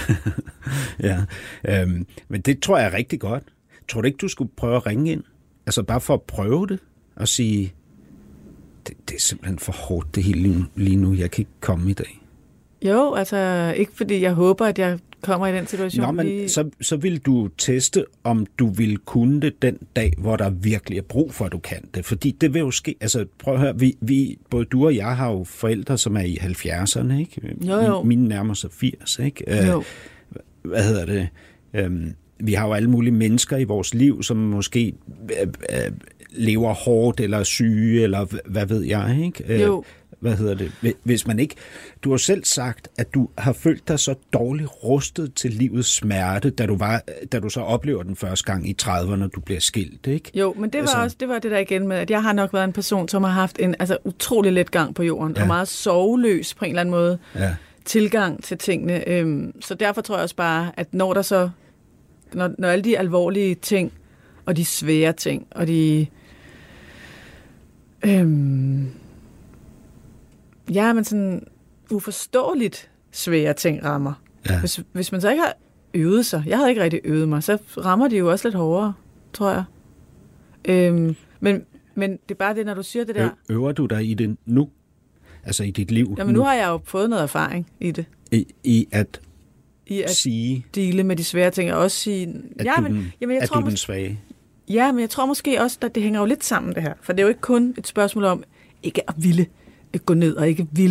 Ja, men det tror jeg er rigtig godt. Tror du ikke, du skulle prøve at ringe ind? Altså bare for at prøve det, og sige, det er simpelthen for hårdt det hele lige nu, jeg kan ikke komme i dag. Jo, altså ikke fordi jeg håber, at jeg kommer i den situation. Nå, men så vil du teste, om du vil kunne det den dag, hvor der virkelig er brug for, at du kan det. Fordi det vil jo ske, altså prøv at høre, vi både du og jeg har jo forældre, som er i 70'erne, ikke? Jo. Mine nærmer sig 80, ikke? Jo. Hvad hedder det? Vi har jo alle mulige mennesker i vores liv, som måske lever hårdt eller syge, eller hvad ved jeg, ikke? Jo. Hvad hedder det? Hvis man ikke... Du har selv sagt, at du har følt dig så dårligt rustet til livets smerte, da du så oplever den første gang i 30'erne, du bliver skilt, ikke? Jo, men det var også det der igen med, at jeg har nok været en person, som har haft en utrolig let gang på jorden, og meget sorgløs på en eller anden måde tilgang til tingene. Så derfor tror jeg også bare, at når alle de alvorlige ting, og de svære ting, og de... men sådan uforståeligt svære ting rammer. Ja. Hvis man så ikke har øvet sig, jeg havde ikke rigtig øvet mig, så rammer de jo også lidt hårdere, tror jeg. Men det er bare det, når du siger det der... Øver du dig i det nu? Altså i dit liv? Jamen nu har jeg jo fået noget erfaring i det. I at sige... dele med de svære ting, og også sige... At du er den svage? Ja, men jeg tror måske også, at det hænger jo lidt sammen, det her. For det er jo ikke kun et spørgsmål om ikke at ville gå ned, og ikke ville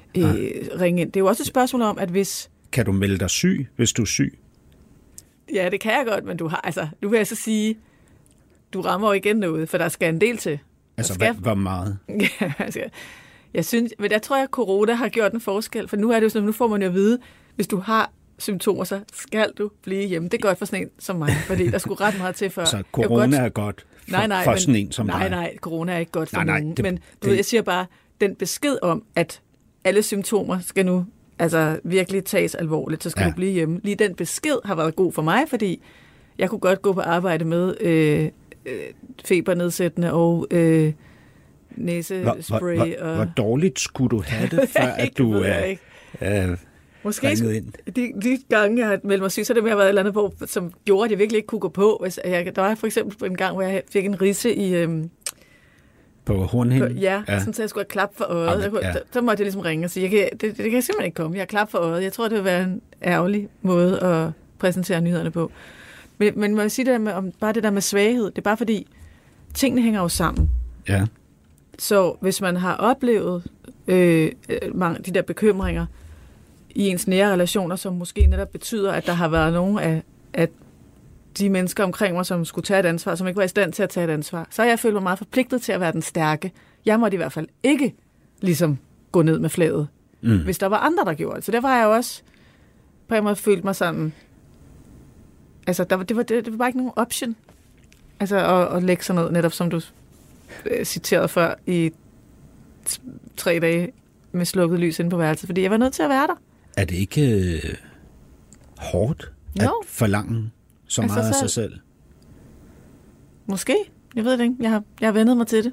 ringe ind. Det er jo også et spørgsmål om, at hvis... Kan du melde dig syg, hvis du er syg? Ja, det kan jeg godt, men nu vil jeg så sige, du rammer jo igen noget, for der skal en del til. Altså, hvor meget? Ja, altså, jeg tror, at corona har gjort en forskel, for nu er det jo sådan, nu får man jo at vide, hvis du har symptomer, så skal du blive hjemme. Det er godt for sådan en som mig, fordi der skulle ret meget til før. Så corona er godt for sådan en som dig? Nej, corona er ikke godt for nogen. Men jeg siger bare, den besked om, at alle symptomer skal nu virkelig tages alvorligt, så skal du blive hjemme. Lige den besked har været god for mig, fordi jeg kunne godt gå på arbejde med febernedsættende og næsespray. Hvor dårligt skulle du have det, før at du måske de gange, jeg har meldt mig syg, så er det med at have været et eller andet på, som gjorde, at jeg virkelig ikke kunne gå på. Der var for eksempel en gang, hvor jeg fik en ridse i... på hornhinden? Ja, sådan så jeg skulle have klap for øjet. Så måtte jeg ligesom ringe og sige, det kan simpelthen ikke komme. Jeg har klap for øjet. Jeg tror, det vil være en ærgerlig måde at præsentere nyhederne på. Men må jeg sige det der med, bare det der med svaghed, det er bare fordi, tingene hænger jo sammen. Ja. Så hvis man har oplevet de der bekymringer i ens nære relationer, som måske netop betyder, at der har været nogle af de mennesker omkring mig, som skulle tage et ansvar, som ikke var i stand til at tage et ansvar, så har jeg følt mig meget forpligtet til at være den stærke. Jeg måtte i hvert fald ikke ligesom gå ned med flaget, hvis der var andre, der gjorde det. Så derfor har jeg også på en måde følt mig sådan... Altså, det var bare ikke nogen option. Altså, at lægge sådan noget, netop som du citerede før, i 3 dage med slukket lys inde på værelset, fordi jeg var nødt til at være der. Er det ikke hårdt at forlange så meget af sig selv? Måske. Jeg ved det ikke. Jeg har vendet mig til det.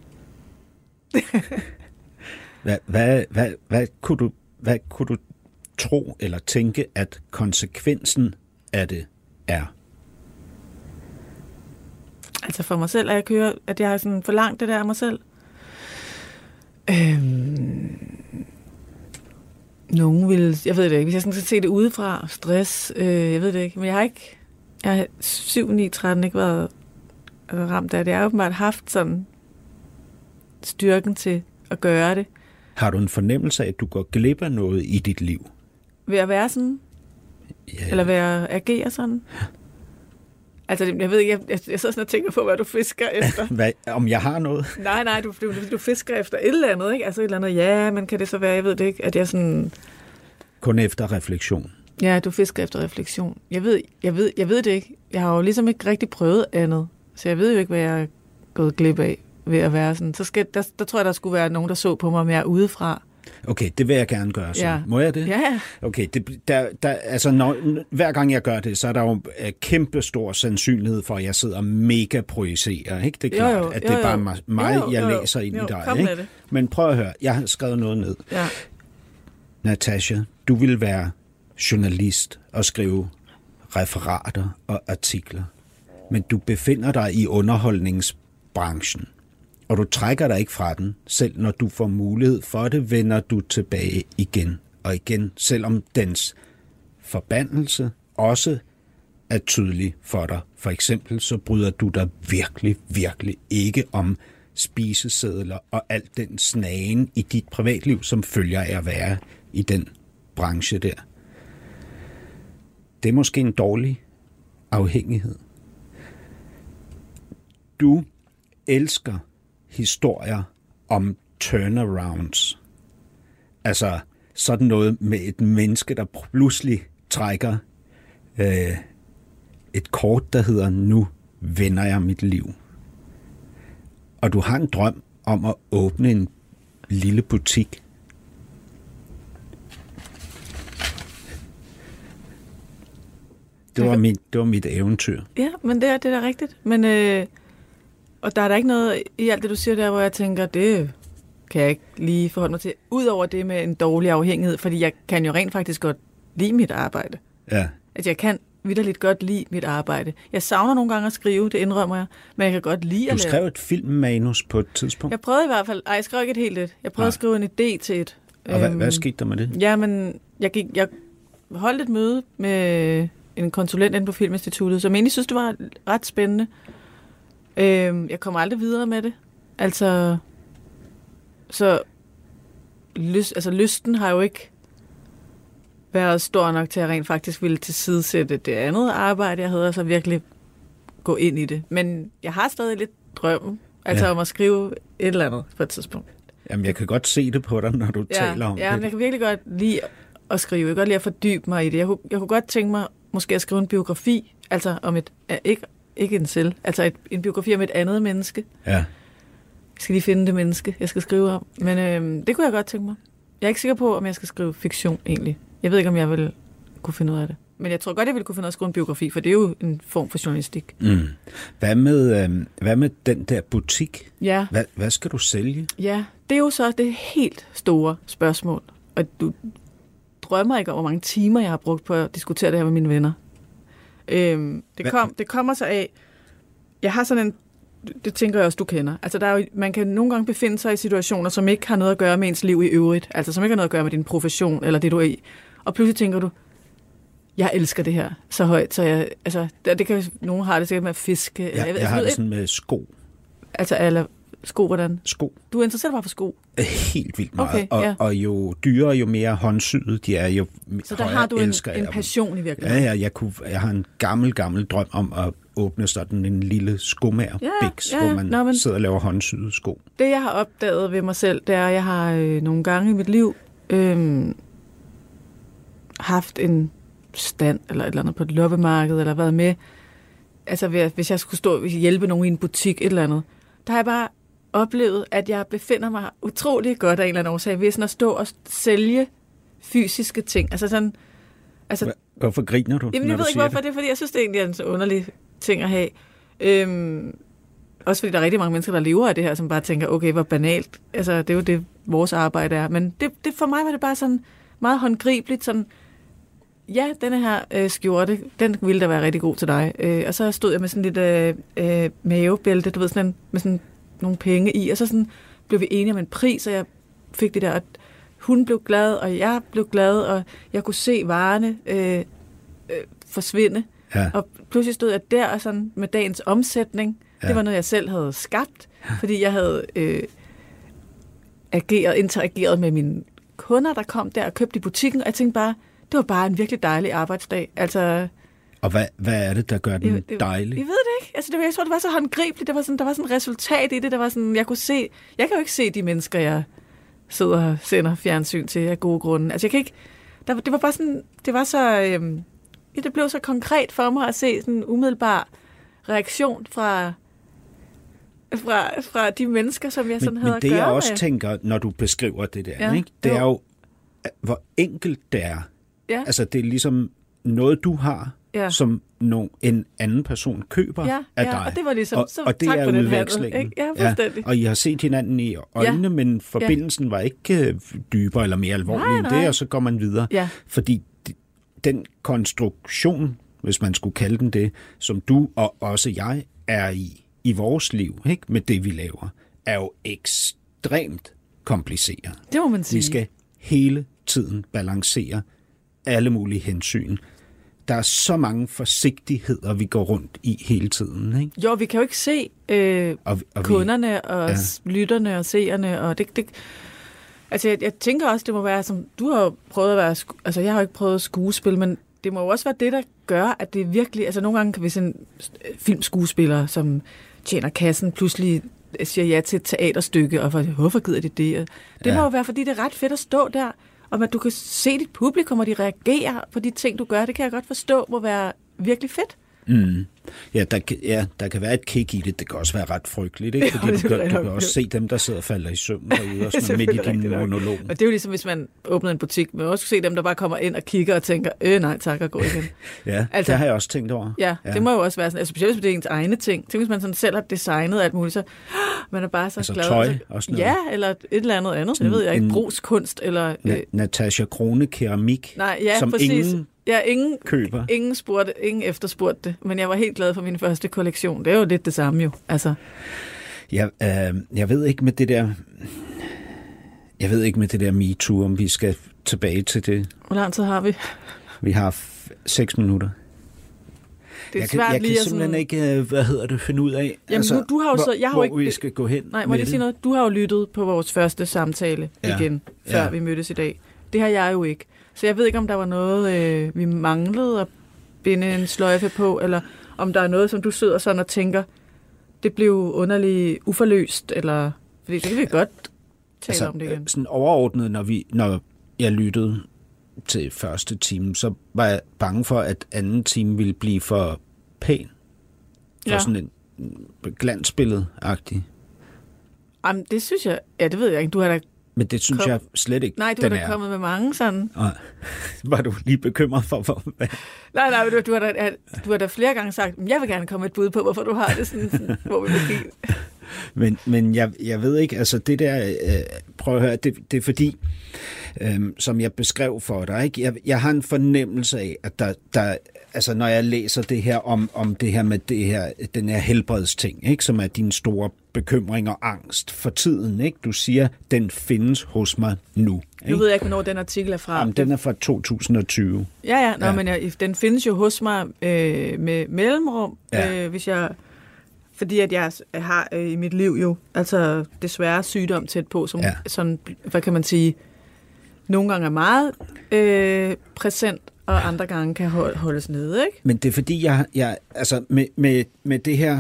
Hvad kunne du tro eller tænke, at konsekvensen af det er? Altså for mig selv, at jeg har sådan forlangt det der af mig selv. Nogen vil, jeg ved det ikke, hvis jeg sådan skal se det udefra, stress, jeg ved det ikke, men jeg har 7, 9, 13 ikke været ramt af det. Jeg har åbenbart haft sådan styrken til at gøre det. Har du en fornemmelse af, at du går glip af noget i dit liv? Ved at være sådan? Ja. Eller ved at agere sådan? Altså, jeg ved ikke, jeg sidder sådan og tænker på, hvad du fisker efter. Om jeg har noget? Nej, du fisker efter et eller andet, ikke? Altså et eller andet, ja, men kan det så være, jeg ved det ikke, at jeg sådan... Kun efter refleksion? Ja, du fisker efter refleksion. Jeg ved det ikke. Jeg har jo ligesom ikke rigtig prøvet andet, så jeg ved jo ikke, hvad jeg er gået glip af ved at være sådan. Så der tror jeg, der skulle være nogen, der så på mig mere udefra. Okay, det vil jeg gerne gøre så. Ja. Må jeg det? Ja. Okay, hver gang jeg gør det, så er der jo kæmpe stor sandsynlighed for, at jeg sidder mega projicerer. Ikke? Det er klart, at det er bare mig, jeg læser ind i dig. Ikke? Men prøv at høre, jeg har skrevet noget ned. Ja. Natasha, du vil være journalist og skrive referater og artikler, men du befinder dig i underholdningsbranchen. Og du trækker dig ikke fra den, selv når du får mulighed for det, vender du tilbage igen og igen, selvom dens forbandelse også er tydelig for dig. For eksempel så bryder du dig virkelig, virkelig ikke om spisesedler og alt den snagen i dit privatliv, som følger af at være i den branche der. Det er måske en dårlig afhængighed. Du elsker historier om turnarounds. Altså sådan noget med et menneske, der pludselig trækker et kort, der hedder, nu vender jeg mit liv. Og du har en drøm om at åbne en lille butik. Det var mit eventyr. Ja, men det er da rigtigt. Men og der er der ikke noget i alt det, du siger der, hvor jeg tænker, det kan jeg ikke lige forholde mig til. Udover det med en dårlig afhængighed, fordi jeg kan jo rent faktisk godt lide mit arbejde. Ja. Altså jeg kan vitterligt godt lide mit arbejde. Jeg savner nogle gange at skrive, det indrømmer jeg, men jeg kan godt lide at lave. Du skrev et filmmanus på et tidspunkt? Jeg prøvede i hvert fald, jeg skrev ikke et helt et. Jeg prøvede at skrive en idé til et. Og hvad skete der med det? Jamen, jeg holdt et møde med en konsulent inde på Filminstituttet, som egentlig synes, det var ret spændende. Jeg kommer aldrig videre med det. Altså, så lysten har jo ikke været stor nok til at rent faktisk ville tilsidesætte det andet arbejde, jeg havde, og så virkelig gå ind i det. Men jeg har stadig lidt drømmen, om at skrive et eller andet på et tidspunkt. Jamen, jeg kan godt se det på dig, når du taler om det. Ja, men jeg kan virkelig godt lide at skrive. Jeg kan godt lide at fordybe mig i det. Jeg kunne godt tænke mig måske at skrive en biografi, altså om ikke en selv, altså en biografi om et andet menneske. Ja. Jeg skal lige finde det menneske, jeg skal skrive om. Men det kunne jeg godt tænke mig. Jeg er ikke sikker på, om jeg skal skrive fiktion egentlig. Jeg ved ikke, om jeg vil kunne finde ud af det. Men jeg tror godt, jeg ville kunne finde ud af at skrive en biografi, for det er jo en form for journalistik. Mm. Hvad med den der butik? Ja. Hvad skal du sælge? Ja, det er jo så det helt store spørgsmål. Og du drømmer ikke om, hvor mange timer jeg har brugt på at diskutere det her med mine venner. Det kommer så af... Jeg har sådan en... Det tænker jeg også, du kender. Altså, man kan nogle gange befinde sig i situationer, som ikke har noget at gøre med ens liv i øvrigt. Altså, som ikke har noget at gøre med din profession, eller det, du er i. Og pludselig tænker du, jeg elsker det her så højt, så jeg... Altså, det kan nogen har det sikkert med at fiske. Ja, jeg har det sådan med sko. Altså, eller sko, hvordan? Sko. Du er interesseret bare for sko? Helt vildt meget. Okay, og jo dyrere, jo mere håndsyede de er, jo så der har du en passion i virkeligheden? Ja, jeg har en gammel drøm om at åbne sådan en lille skomagerbiks, hvor man sidder og laver håndsyede sko. Det, jeg har opdaget ved mig selv, det er, at jeg har nogle gange i mit liv haft en stand eller et eller andet på et loppemarked, eller været med, altså hvis jeg skulle hjælpe nogen i en butik, et eller andet, der har jeg bare oplevet, at jeg befinder mig utrolig godt af en eller anden årsag ved sådan at stå og sælge fysiske ting. Altså sådan... Altså, hvorfor griner du? Jamen, jeg ved ikke, hvorfor det er, fordi jeg synes, det egentlig er en så underlig ting at have. Også fordi der er rigtig mange mennesker, der lever af det her, som bare tænker, okay, hvor banalt. Altså, det er jo det, vores arbejde er. Men det for mig var det bare sådan meget håndgribeligt, sådan, ja, denne her skjorte, den ville da være rigtig god til dig. Og så stod jeg med sådan lidt mavebælte, du ved, sådan med sådan nogle penge i, og så sådan blev vi enige om en pris, og jeg fik det der, at hun blev glad, og jeg blev glad, og jeg kunne se varerne forsvinde. Ja. Og pludselig stod jeg der og sådan med dagens omsætning. Ja. Det var noget, jeg selv havde skabt, fordi jeg havde interageret med mine kunder, der kom der og købte i butikken, og jeg tænkte bare, det var bare en virkelig dejlig arbejdsdag. Altså, og hvad er det, der gør den dejlig? Jeg ved det ikke. Altså, jeg tror, det var så håndgribeligt. Der var sådan et resultat i det. Der var sådan, jeg kan jo ikke se de mennesker, jeg sidder og sender fjernsyn til af gode grunde. Altså, jeg kan ikke... Det var bare sådan... Det var så... det blev så konkret for mig at se sådan en umiddelbar reaktion fra de mennesker, som jeg sådan havde at gøre med. Men det, jeg også tænker, når du beskriver det der, ikke? Det er jo, hvor enkelt det er. Ja. Altså, det er ligesom noget, du har, som en anden person køber af dig. Og det var ligesom, og det tak er for udvekslingen. Ja, fuldstændig. Og I har set hinanden i øjnene, men forbindelsen var ikke dybere eller mere alvorlig end det, og så går man videre. Ja. Fordi den konstruktion, hvis man skulle kalde den det, som du og også jeg er i vores liv, ikke, med det, vi laver, er jo ekstremt kompliceret. Det må man sige. Vi skal hele tiden balancere alle mulige hensyn. Der er så mange forsigtigheder, vi går rundt i hele tiden. Ikke? Jo, vi kan jo ikke se kunderne og lytterne og seerne. Og det, altså, jeg tænker også, det må være, som du har prøvet at være... Altså, jeg har jo ikke prøvet skuespil, men det må jo også være det, der gør, at det virkelig... Altså, nogle gange kan vi se en filmskuespiller, som tjener kassen, pludselig siger ja til et teaterstykke, og hvorfor gider de det? Det må jo være, fordi det er ret fedt at stå der, og at du kan se dit publikum, og de reagerer på de ting, du gør. Det kan jeg godt forstå, må være virkelig fedt. Mm. Ja, der kan være et kick i det. Det kan også være ret frygteligt, ikke? Fordi du kan også se dem, der sidder og falder i søvn derude, og sådan midt i din monolog. Og det er jo ligesom, hvis man åbner en butik, men også se dem, der bare kommer ind og kigger og tænker, nej tak, og gå igen. Ja, altså, det har jeg også tænkt over. Ja, det må jo også være sådan, altså, specielt hvis det er ens egne ting. Tænk, hvis man sådan selv har designet alt muligt, så man er bare så altså glad. Tøj og sådan noget. Ja, eller et eller andet. Jeg ved jeg ikke, brugskunst, eller... Natasha Krone keramik, som præcis. Ingen køber. Ingen efterspurgte det, men jeg var helt glad for min første kollektion. Det er jo lidt det samme jo. Altså. Jeg ved ikke med det der... Jeg ved ikke med det der MeToo, om vi skal tilbage til det. Hvor lang tid har vi? Vi har 6 minutter. Det er jeg svært kan lige simpelthen ikke, finde ud af, jamen, du har jo så, jeg har hvor ikke, vi skal gå hen. Nej, må jeg sige noget? Du har jo lyttet på vores første samtale igen, før vi mødtes i dag. Det har jeg jo ikke. Så jeg ved ikke, om der var noget, vi manglede at binde en sløjfe på, eller om der er noget, som du sidder sådan og tænker, det blev underligt uforløst, eller... Fordi det kan vi godt tale om det igen. Sådan overordnet, når jeg lyttede til første time, så var jeg bange for, at anden time ville blive for pæn. For sådan en glansbillede-agtig. Jamen, det synes jeg... Ja, det ved jeg ikke. Du har da... Men det synes jeg slet ikke, nej, du har da kommet med mange sådan... Var du lige bekymret for hvad? Nej, du har da flere gange sagt, jeg vil gerne komme et bud på, hvorfor du har det sådan hvor vi vil give. Men jeg ved ikke, altså det der, prøv at høre, det er fordi, som jeg beskrev for dig, ikke? Jeg har en fornemmelse af, at der altså når jeg læser det her om det her med det her, den her helbredsting, ikke, som er din store bekymring og angst for tiden, ikke? Du siger, den findes hos mig nu. Ikke? Nu ved jeg ikke, hvornår den artikel er fra. Jamen, den er fra 2020. Ja. Men den findes jo hos mig med mellemrum, hvis jeg... Fordi at jeg har i mit liv jo altså desværre sygdom tæt på, som sådan, hvad kan man sige, nogle gange er meget præsent, og andre gange kan holdes nede, ikke? Men det er fordi, jeg altså med det her,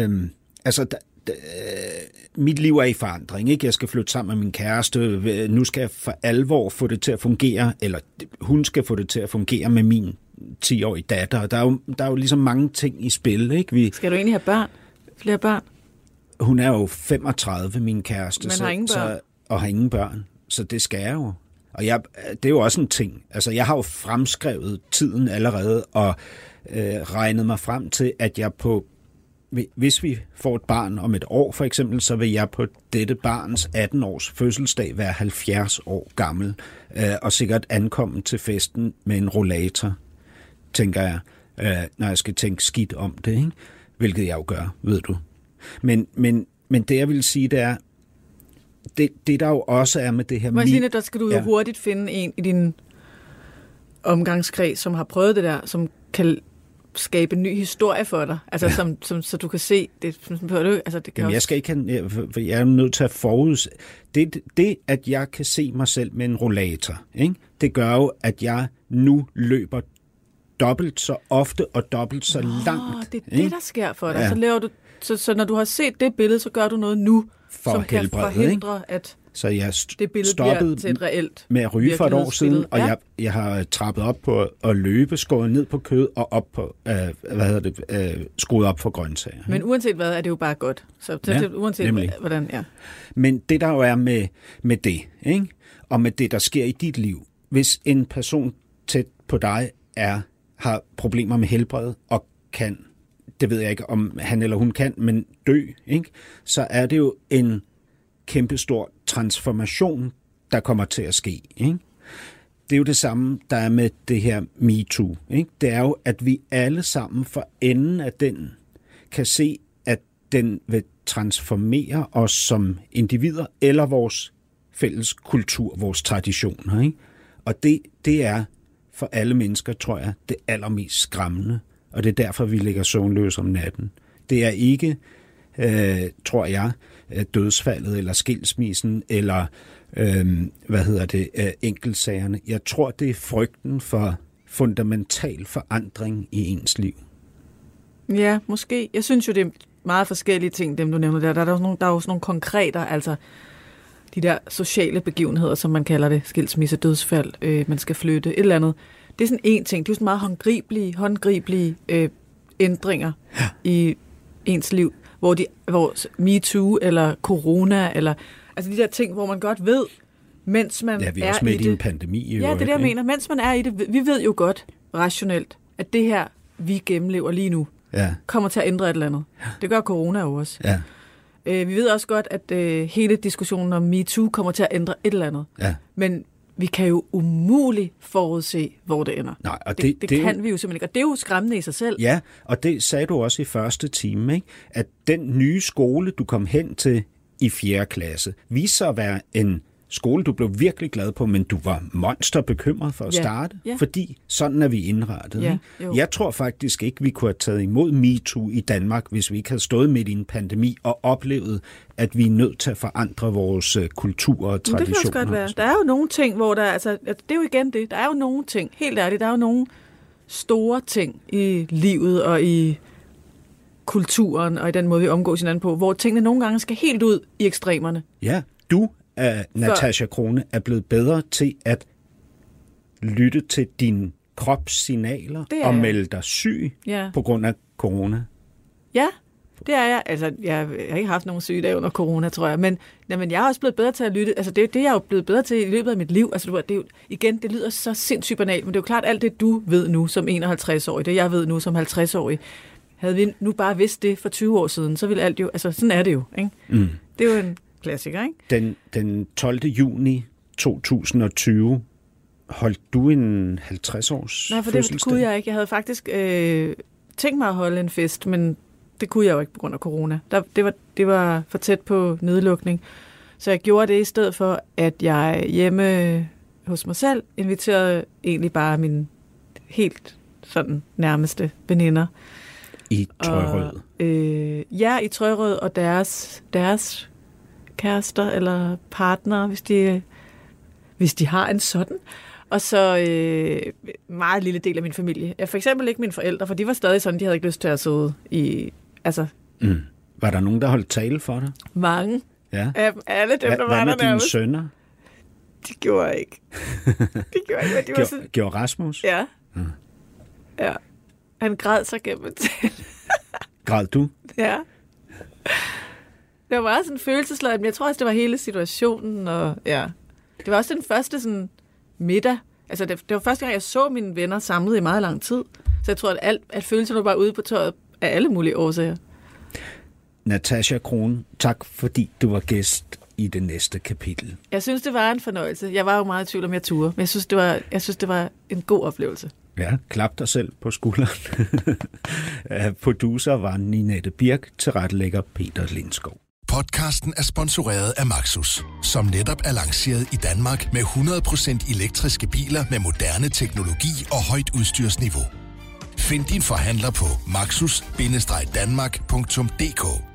mit liv er i forandring, ikke? Jeg skal flytte sammen med min kæreste, nu skal jeg for alvor få det til at fungere, eller hun skal få det til at fungere med min 10-årige datter. Der er jo ligesom mange ting i spil, ikke? Skal du egentlig have børn? Flere børn? Hun er jo 35, min kæreste. Men har ingen børn? Og har ingen børn, så det skal jeg jo. Og det er jo også en ting. Altså, jeg har jo fremskrevet tiden allerede, og regnet mig frem til, at jeg hvis vi får et barn om et år for eksempel, så vil jeg på dette barns 18-års fødselsdag være 70 år gammel, og sikkert ankomme til festen med en rollator, tænker jeg, når jeg skal tænke skidt om det, ikke? Hvilket jeg jo gør, ved du. Men det, jeg vil sige, det er, det der jo også er med det her... Marlene, der skal du jo hurtigt finde en i din omgangskreds, som har prøvet det der, som kan skabe en ny historie for dig, altså så du kan se det. Altså, det kan jamen, jeg skal ikke jeg er nødt til at forudse. Det, at jeg kan se mig selv med en rollator, ikke? Det gør jo, at jeg nu løber dobbelt så ofte og dobbelt så langt. Det er det, der sker for dig. Ja. Så laver du, så når du har set det billede, så gør du noget nu, som kan forhindre, at så jeg det billede bliver til et reelt med at ryge for et år siden, og jeg har trappet op på at løbe, skåret ned på kød og op på, skruet op for grøntsager. Men uanset hvad, er det jo bare godt. Så uanset hvordan, Men det der jo er med det, ikke? Og med det, der sker i dit liv, hvis en person tæt på dig har problemer med helbred og kan, det ved jeg ikke, om han eller hun kan, men dø, ikke? Så er det jo en kæmpestor transformation, der kommer til at ske, ikke? Det er jo det samme, der er med det her MeToo, ikke? Det er jo, at vi alle sammen for enden af den kan se, at den vil transformere os som individer eller vores fælles kultur, vores traditioner, ikke? Og det er for alle mennesker, tror jeg, det allermest skræmmende, og det er derfor, vi ligger søvnløse om natten. Det er ikke, tror jeg, dødsfaldet eller skilsmissen eller enkeltsagerne. Jeg tror, det er frygten for fundamental forandring i ens liv. Ja, måske. Jeg synes jo, det er meget forskellige ting, dem du nævner der. Der er jo sådan nogle konkreter, altså de der sociale begivenheder, som man kalder det, skilsmisse, dødsfald, man skal flytte, et eller andet. Det er sådan en ting. Det er jo sådan meget håndgribelige ændringer i ens liv, hvor MeToo eller corona, eller altså de der ting, hvor man godt ved, mens man er i det. Ja, vi er også midt i en pandemi. Ja, det er det, jeg mener. Mens man er i det, vi ved jo godt rationelt, at det her, vi gennemlever lige nu, kommer til at ændre et eller andet. Det gør corona jo også. Ja. Vi ved også godt, at hele diskussionen om MeToo kommer til at ændre et eller andet. Ja. Men vi kan jo umuligt forudse, hvor det ender. Nej, og det kan vi jo simpelthen ikke. Og det er jo skræmmende i sig selv. Ja, og det sagde du også i første time, ikke? At den nye skole, du kom hen til i 4. klasse, viste sig at være en skole, du blev virkelig glad på, men du var monsterbekymret for at starte, fordi sådan er vi indrettet. Ja, jeg tror faktisk ikke, vi kunne have taget imod MeToo i Danmark, hvis vi ikke havde stået midt i en pandemi og oplevet, at vi er nødt til at forandre vores kultur og traditioner. Det kan også godt være. Der er jo nogle ting, hvor det er jo igen det, der er jo nogle ting, helt ærligt, der er jo nogle store ting i livet og i kulturen og i den måde, vi omgås hinanden på, hvor tingene nogle gange skal helt ud i ekstremerne. Ja, du, Natasja Crone, er blevet bedre til at lytte til dine kropssignaler og melde dig syg på grund af corona. Ja, det er jeg. Altså, jeg har ikke haft nogen sygedage under corona, tror jeg, men jeg er også blevet bedre til at lytte. Altså, det er jeg jo blevet bedre til i løbet af mit liv. Altså, det er jo, igen, det lyder så sindssygt banalt, men det er jo klart, alt det, du ved nu som 51-årig, det jeg ved nu som 50-årig, havde vi nu bare vidst det for 20 år siden, så ville alt jo... Altså, sådan er det jo, ikke? Mm. Det er jo en klassiker, ikke? Den 12. juni 2020 holdt du en 50-års Nej, for det kunne jeg ikke. Jeg havde faktisk tænkt mig at holde en fest, men det kunne jeg jo ikke på grund af corona. Det var for tæt på nedlukning. Så jeg gjorde det i stedet for, at jeg hjemme hos mig selv inviterede egentlig bare mine helt sådan nærmeste veninder. I Trørød? Ja, i Trørød, og deres kærester eller partnere, hvis de har en sådan. Og så meget lille del af min familie. For eksempel ikke mine forældre, for de var stadig sådan, de havde ikke lyst til at sidde i... Altså, Var der nogen, der holdt tale for dig? Mange. Ja. Af alle dem, der var der. Hvad med dine sønner? De gjorde ikke. Gjorde Rasmus? Ja. Ja. Han græd sig gennem tale. Græd du? Ja. Det var meget sådan følelsesladet, men jeg tror også, det var hele situationen. Og, ja. Det var også den første sådan, middag. Altså, det var første gang, jeg så mine venner samlet i meget lang tid. Så jeg tror, at følelserne var bare ude på tøjet af alle mulige årsager. Natasja Crone, tak fordi du var gæst i det næste kapitel. Jeg synes, det var en fornøjelse. Jeg var jo meget i tvivl om, jeg turde, men jeg synes, det var en god oplevelse. Ja, klap dig selv på skulderen. Producer var Ninette Birk, tilrettelægger Peter Lindskov. Podcasten er sponsoreret af Maxus, som netop er lanceret i Danmark med 100% elektriske biler med moderne teknologi og højt udstyrsniveau. Find din forhandler på maxus-danmark.dk.